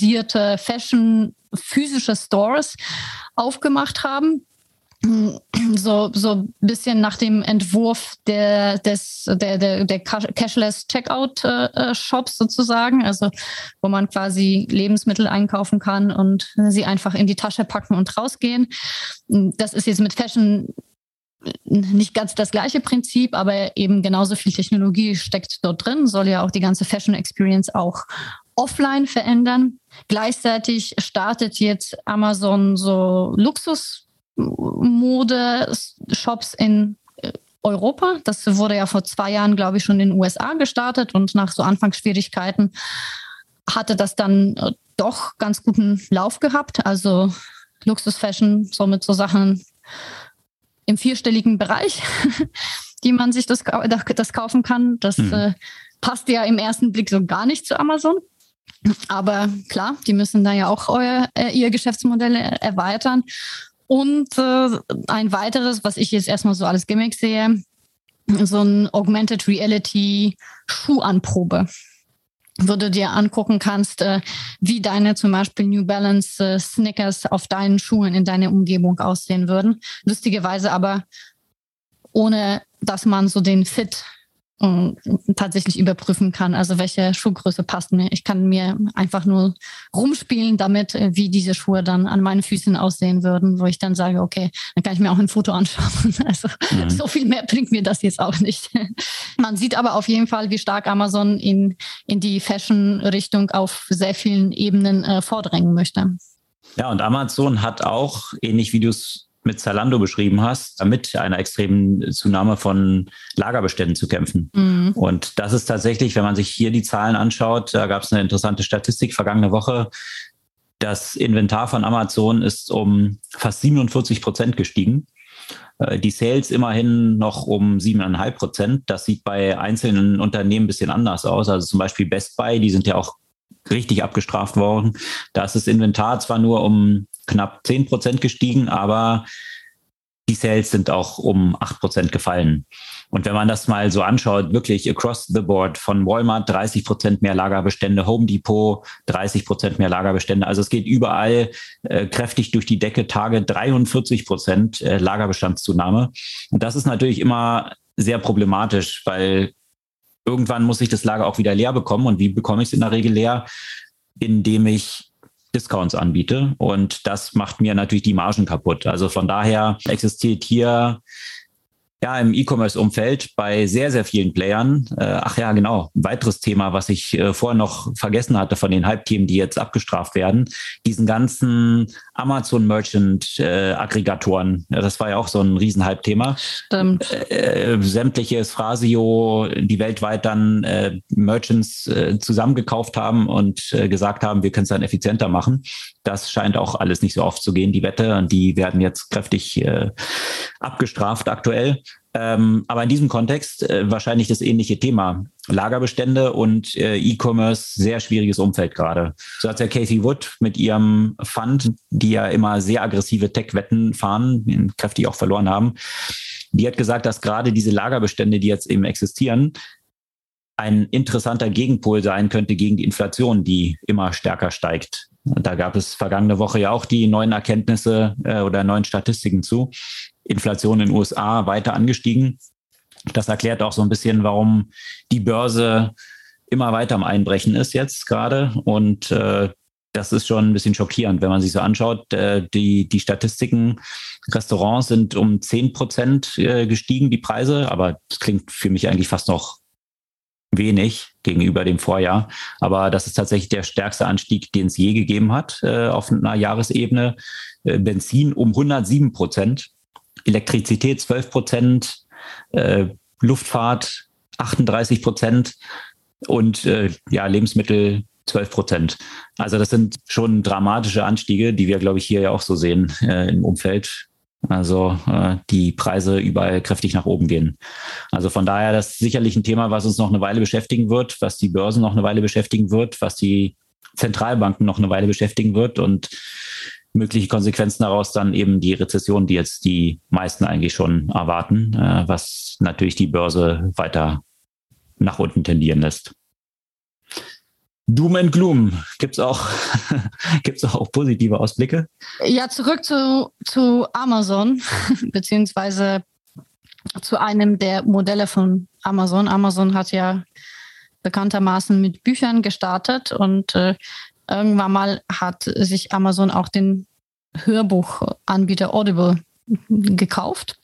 hochtechnologisierte Fashion-physische Stores aufgemacht haben. so ein bisschen nach dem Entwurf der Cashless Checkout Shops sozusagen, also wo man quasi Lebensmittel einkaufen kann und sie einfach in die Tasche packen und rausgehen. Das ist jetzt mit Fashion nicht ganz das gleiche Prinzip, aber eben genauso viel Technologie steckt dort drin, soll ja auch die ganze Fashion Experience auch offline verändern. Gleichzeitig startet jetzt Amazon so Luxusmode-Shops in Europa. Das wurde ja vor 2 Jahren, glaube ich, schon in den USA gestartet und nach so Anfangsschwierigkeiten hatte das dann doch ganz guten Lauf gehabt. Also Luxus-Fashion, somit so Sachen im 4-stelligen Bereich, die man sich das kaufen kann. Das passt ja im ersten Blick so gar nicht zu Amazon. Aber klar, die müssen da ja auch ihr Geschäftsmodell erweitern. Und ein weiteres, was ich jetzt erstmal so als Gimmick sehe, so ein Augmented Reality Schuhanprobe. Wo du dir angucken kannst, wie deine zum Beispiel New Balance Sneakers auf deinen Schuhen in deiner Umgebung aussehen würden. Lustigerweise aber ohne, dass man so den Fit tatsächlich überprüfen kann, also welche Schuhgröße passt mir. Ich kann mir einfach nur rumspielen damit, wie diese Schuhe dann an meinen Füßen aussehen würden, wo ich dann sage, okay, dann kann ich mir auch ein Foto anschauen. Also so viel mehr bringt mir das jetzt auch nicht. Man sieht aber auf jeden Fall, wie stark Amazon in die Fashion-Richtung auf sehr vielen Ebenen vordrängen möchte. Ja, und Amazon hat auch, ähnlich wie du es mit Zalando beschrieben hast, mit einer extremen Zunahme von Lagerbeständen zu kämpfen. Mhm. Und das ist tatsächlich, wenn man sich hier die Zahlen anschaut, da gab es eine interessante Statistik vergangene Woche. Das Inventar von Amazon ist um fast 47% gestiegen. Die Sales immerhin noch um 7,5%. Das sieht bei einzelnen Unternehmen ein bisschen anders aus. Also zum Beispiel Best Buy, die sind ja auch richtig abgestraft worden. Da ist das Inventar zwar nur um knapp 10% gestiegen, aber die Sales sind auch um 8% gefallen. Und wenn man das mal so anschaut, wirklich across the board, von Walmart 30% mehr Lagerbestände, Home Depot 30% mehr Lagerbestände. Also es geht überall kräftig durch die Decke, Target 43% Lagerbestandszunahme. Und das ist natürlich immer sehr problematisch, weil irgendwann muss ich das Lager auch wieder leer bekommen. Und wie bekomme ich es in der Regel leer? Indem ich Discounts anbiete. Und das macht mir natürlich die Margen kaputt. Also von daher existiert hier ja im E-Commerce-Umfeld bei sehr, sehr vielen Playern. Ach ja, genau. Ein weiteres Thema, was ich vorher noch vergessen hatte von den Hype-Themen, die jetzt abgestraft werden. Diesen ganzen Amazon-Merchant-Aggregatoren. Ja, das war ja auch so ein Riesen-Hype-Thema. Stimmt. Sämtliches Thrasio, die weltweit dann Merchants zusammengekauft haben und gesagt haben, wir können es dann effizienter machen. Das scheint auch alles nicht so oft zu gehen, die Wette. Und die werden jetzt kräftig abgestraft aktuell. Aber in diesem Kontext wahrscheinlich das ähnliche Thema. Lagerbestände und E-Commerce, sehr schwieriges Umfeld gerade. So hat ja Cathie Wood mit ihrem Fund, die ja immer sehr aggressive Tech-Wetten fahren, kräftig auch verloren haben. Die hat gesagt, dass gerade diese Lagerbestände, die jetzt eben existieren, ein interessanter Gegenpol sein könnte gegen die Inflation, die immer stärker steigt. Da gab es vergangene Woche ja auch die neuen Erkenntnisse oder neuen Statistiken zu. Inflation in den USA weiter angestiegen. Das erklärt auch so ein bisschen, warum die Börse immer weiter am Einbrechen ist jetzt gerade. Und das ist schon ein bisschen schockierend, wenn man sich so anschaut. Die Statistiken, Restaurants sind um 10% gestiegen, die Preise. Aber das klingt für mich eigentlich fast noch wenig gegenüber dem Vorjahr. Aber das ist tatsächlich der stärkste Anstieg, den es je gegeben hat auf einer Jahresebene. Benzin um 107%. Elektrizität 12%, Luftfahrt 38% und Lebensmittel 12%. Also das sind schon dramatische Anstiege, die wir, glaube ich, hier ja auch so sehen im Umfeld. Also die Preise überall kräftig nach oben gehen. Also von daher, das ist sicherlich ein Thema, was uns noch eine Weile beschäftigen wird, was die Börsen noch eine Weile beschäftigen wird, was die Zentralbanken noch eine Weile beschäftigen wird und mögliche Konsequenzen daraus dann eben die Rezession, die jetzt die meisten eigentlich schon erwarten, was natürlich die Börse weiter nach unten tendieren lässt. Doom and Gloom. Gibt's auch positive Ausblicke? Ja, zurück zu Amazon, beziehungsweise zu einem der Modelle von Amazon. Amazon hat ja bekanntermaßen mit Büchern gestartet und irgendwann mal hat sich Amazon auch den Hörbuchanbieter Audible gekauft.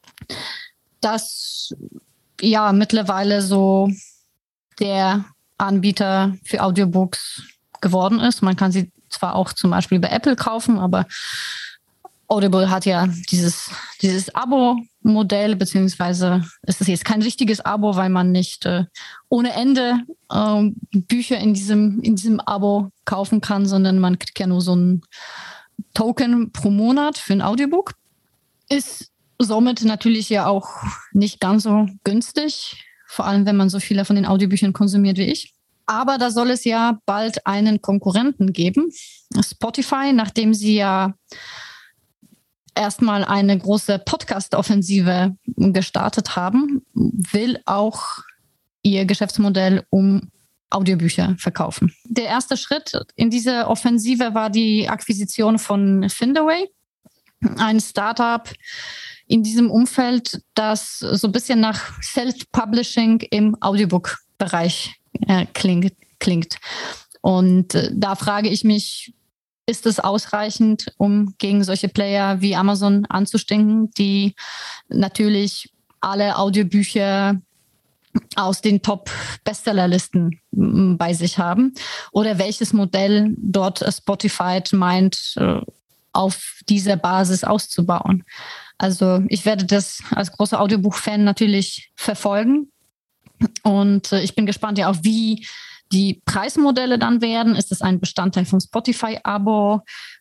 Das ja mittlerweile so der Anbieter für Audiobooks geworden ist. Man kann sie zwar auch zum Beispiel bei Apple kaufen, aber Audible hat ja dieses Abo-Modell, beziehungsweise ist es jetzt kein richtiges Abo, weil man nicht ohne Ende Bücher in diesem Abo kaufen kann, sondern man kriegt ja nur so einen Token pro Monat für ein Audiobook. Ist somit natürlich ja auch nicht ganz so günstig, vor allem wenn man so viele von den Audiobüchern konsumiert wie ich. Aber da soll es ja bald einen Konkurrenten geben, Spotify, nachdem sie ja erstmal eine große Podcast-Offensive gestartet haben, will auch ihr Geschäftsmodell um Audiobücher verkaufen. Der erste Schritt in dieser Offensive war die Akquisition von Findaway, ein Startup in diesem Umfeld, das so ein bisschen nach Self-Publishing im Audiobook-Bereich klingt. Und da frage ich mich, ist es ausreichend, um gegen solche Player wie Amazon anzustinken, die natürlich alle Audiobücher aus den Top-Bestsellerlisten bei sich haben? Oder welches Modell dort Spotify meint, auf dieser Basis auszubauen? Also ich werde das als großer Audiobuch-Fan natürlich verfolgen. Und ich bin gespannt ja auch, wie die Preismodelle dann werden. Ist es ein Bestandteil vom Spotify-Abo?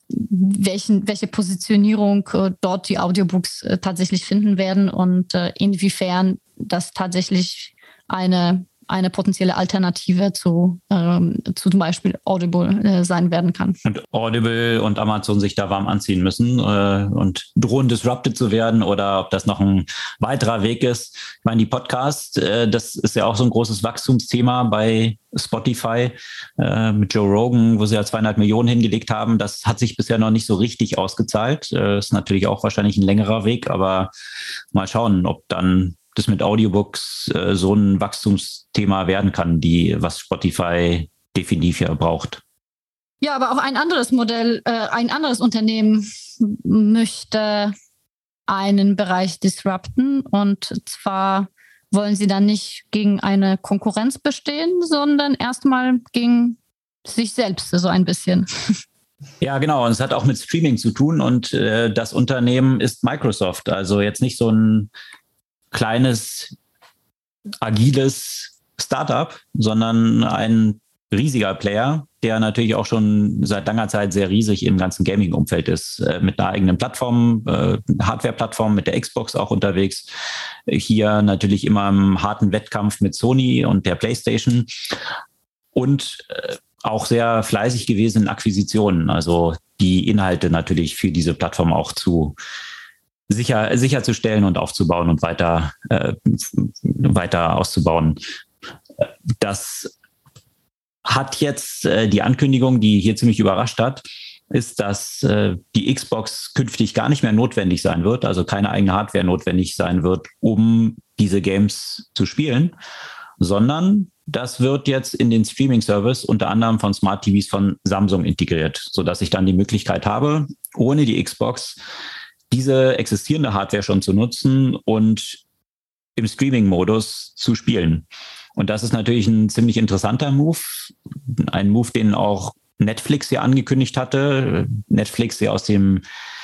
Welche Positionierung dort die Audiobooks tatsächlich finden werden und inwiefern das tatsächlich eine potenzielle Alternative zu zum Beispiel Audible sein werden kann. Und Audible und Amazon sich da warm anziehen müssen und drohen disrupted zu werden oder ob das noch ein weiterer Weg ist. Ich meine, die Podcasts, das ist ja auch so ein großes Wachstumsthema bei Spotify mit Joe Rogan, wo sie ja 200 Millionen hingelegt haben. Das hat sich bisher noch nicht so richtig ausgezahlt. Ist natürlich auch wahrscheinlich ein längerer Weg, aber mal schauen, ob dann das mit Audiobooks so ein Wachstumsthema werden kann, was Spotify definitiv ja braucht. Ja, aber auch ein anderes Modell, ein anderes Unternehmen möchte einen Bereich disrupten, und zwar wollen sie dann nicht gegen eine Konkurrenz bestehen, sondern erstmal gegen sich selbst so ein bisschen. Ja, genau. Und es hat auch mit Streaming zu tun, und das Unternehmen ist Microsoft. Also jetzt nicht so ein kleines, agiles Startup, sondern ein riesiger Player, der natürlich auch schon seit langer Zeit sehr riesig im ganzen Gaming-Umfeld ist, mit einer eigenen Plattform, Hardware-Plattform, mit der Xbox auch unterwegs. Hier natürlich immer im harten Wettkampf mit Sony und der PlayStation und auch sehr fleißig gewesen in Akquisitionen, also die Inhalte natürlich für diese Plattform auch sicherzustellen und aufzubauen und weiter auszubauen. Das hat jetzt die Ankündigung, die hier ziemlich überrascht hat, ist, dass die Xbox künftig gar nicht mehr notwendig sein wird, also keine eigene Hardware notwendig sein wird, um diese Games zu spielen, sondern das wird jetzt in den Streaming-Service unter anderem von Smart TVs von Samsung integriert, sodass ich dann die Möglichkeit habe, ohne die Xbox diese existierende Hardware schon zu nutzen und im Streaming-Modus zu spielen. Und das ist natürlich ein ziemlich interessanter Move. Ein Move, den auch Netflix ja angekündigt hatte. Netflix, der aus dem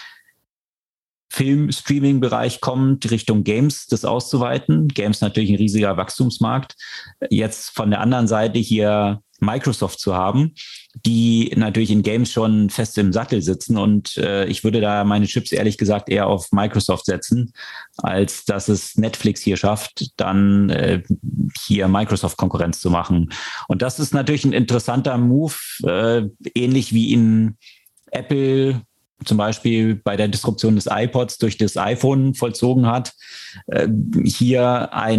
Film-Streaming-Bereich kommt, Richtung Games das auszuweiten. Games natürlich ein riesiger Wachstumsmarkt. Jetzt von der anderen Seite hier Microsoft zu haben, die natürlich in Games schon fest im Sattel sitzen, und ich würde da meine Chips ehrlich gesagt eher auf Microsoft setzen, als dass es Netflix hier schafft, dann hier Microsoft-Konkurrenz zu machen. Und das ist natürlich ein interessanter Move, ähnlich wie in Apple zum Beispiel bei der Disruption des iPods durch das iPhone vollzogen hat, hier ein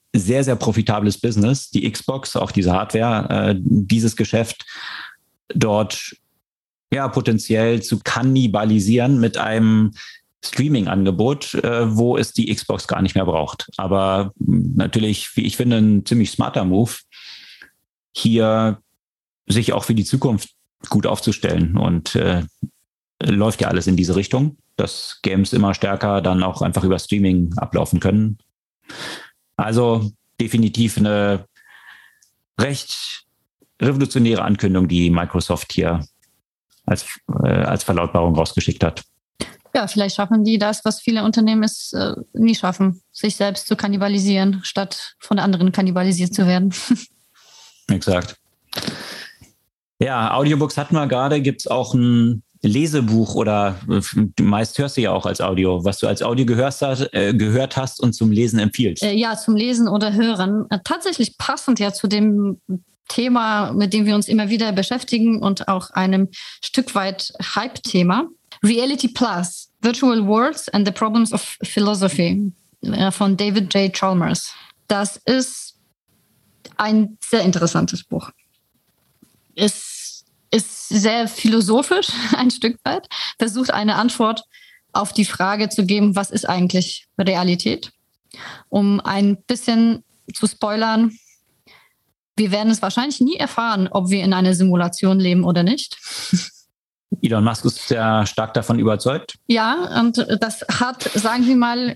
sehr, sehr profitables Business, die Xbox, auch diese Hardware, dieses Geschäft dort potenziell zu kannibalisieren mit einem Streaming-Angebot, wo es die Xbox gar nicht mehr braucht. Aber natürlich, wie ich finde, ein ziemlich smarter Move, hier sich auch für die Zukunft gut aufzustellen. Und läuft ja alles in diese Richtung, dass Games immer stärker dann auch einfach über Streaming ablaufen können. Also definitiv eine recht revolutionäre Ankündigung, die Microsoft hier als Verlautbarung rausgeschickt hat. Ja, vielleicht schaffen die das, was viele Unternehmen es nie schaffen, sich selbst zu kannibalisieren, statt von anderen kannibalisiert zu werden. Exakt. Ja, Audiobooks hatten wir gerade. Gibt es auch ein Lesebuch oder meist hörst du ja auch als Audio, was du als Audio gehört hast und zum Lesen empfiehlst? Ja, zum Lesen oder Hören. Tatsächlich passend ja zu dem Thema, mit dem wir uns immer wieder beschäftigen und auch einem Stück weit Hype-Thema. Reality Plus, Virtual Worlds and the Problems of Philosophy von David J. Chalmers. Das ist ein sehr interessantes Buch. Es ist sehr philosophisch, ein Stück weit, versucht eine Antwort auf die Frage zu geben, was ist eigentlich Realität? Um ein bisschen zu spoilern, wir werden es wahrscheinlich nie erfahren, ob wir in einer Simulation leben oder nicht. Elon Musk ist ja stark davon überzeugt. Ja, und das hat, sagen wir mal,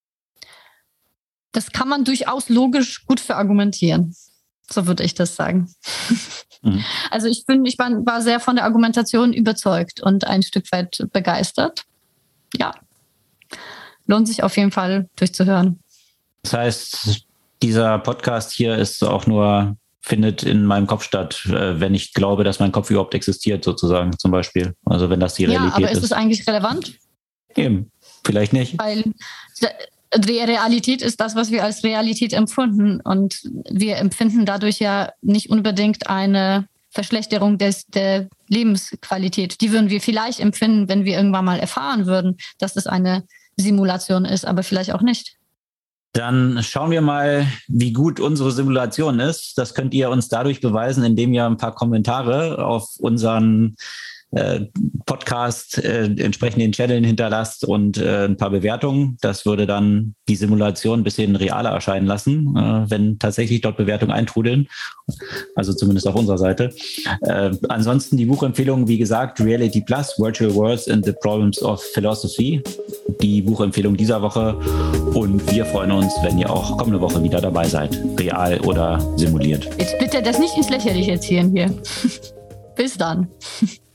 das kann man durchaus logisch gut verargumentieren. So würde ich das sagen. Mhm. Also ich war sehr von der Argumentation überzeugt und ein Stück weit begeistert. Ja, lohnt sich auf jeden Fall durchzuhören. Das heißt, dieser Podcast hier ist auch nur, findet in meinem Kopf statt, wenn ich glaube, dass mein Kopf überhaupt existiert, sozusagen, zum Beispiel. Also wenn das die Realität ist. Ja, aber ist es eigentlich relevant? Eben, vielleicht nicht. Weil die Realität ist das, was wir als Realität empfinden. Und wir empfinden dadurch ja nicht unbedingt eine Verschlechterung der Lebensqualität. Die würden wir vielleicht empfinden, wenn wir irgendwann mal erfahren würden, dass es eine Simulation ist, aber vielleicht auch nicht. Dann schauen wir mal, wie gut unsere Simulation ist. Das könnt ihr uns dadurch beweisen, indem ihr ein paar Kommentare auf unseren Podcast entsprechend den Channel hinterlasst und ein paar Bewertungen. Das würde dann die Simulation ein bisschen realer erscheinen lassen, wenn tatsächlich dort Bewertungen eintrudeln. Also zumindest auf unserer Seite. Ansonsten die Buchempfehlung, wie gesagt, Reality Plus, Virtual Worlds and the Problems of Philosophy. Die Buchempfehlung dieser Woche. Und wir freuen uns, wenn ihr auch kommende Woche wieder dabei seid. Real oder simuliert. Jetzt bitte das nicht ins Lächerliche ziehen hier. Bis dann.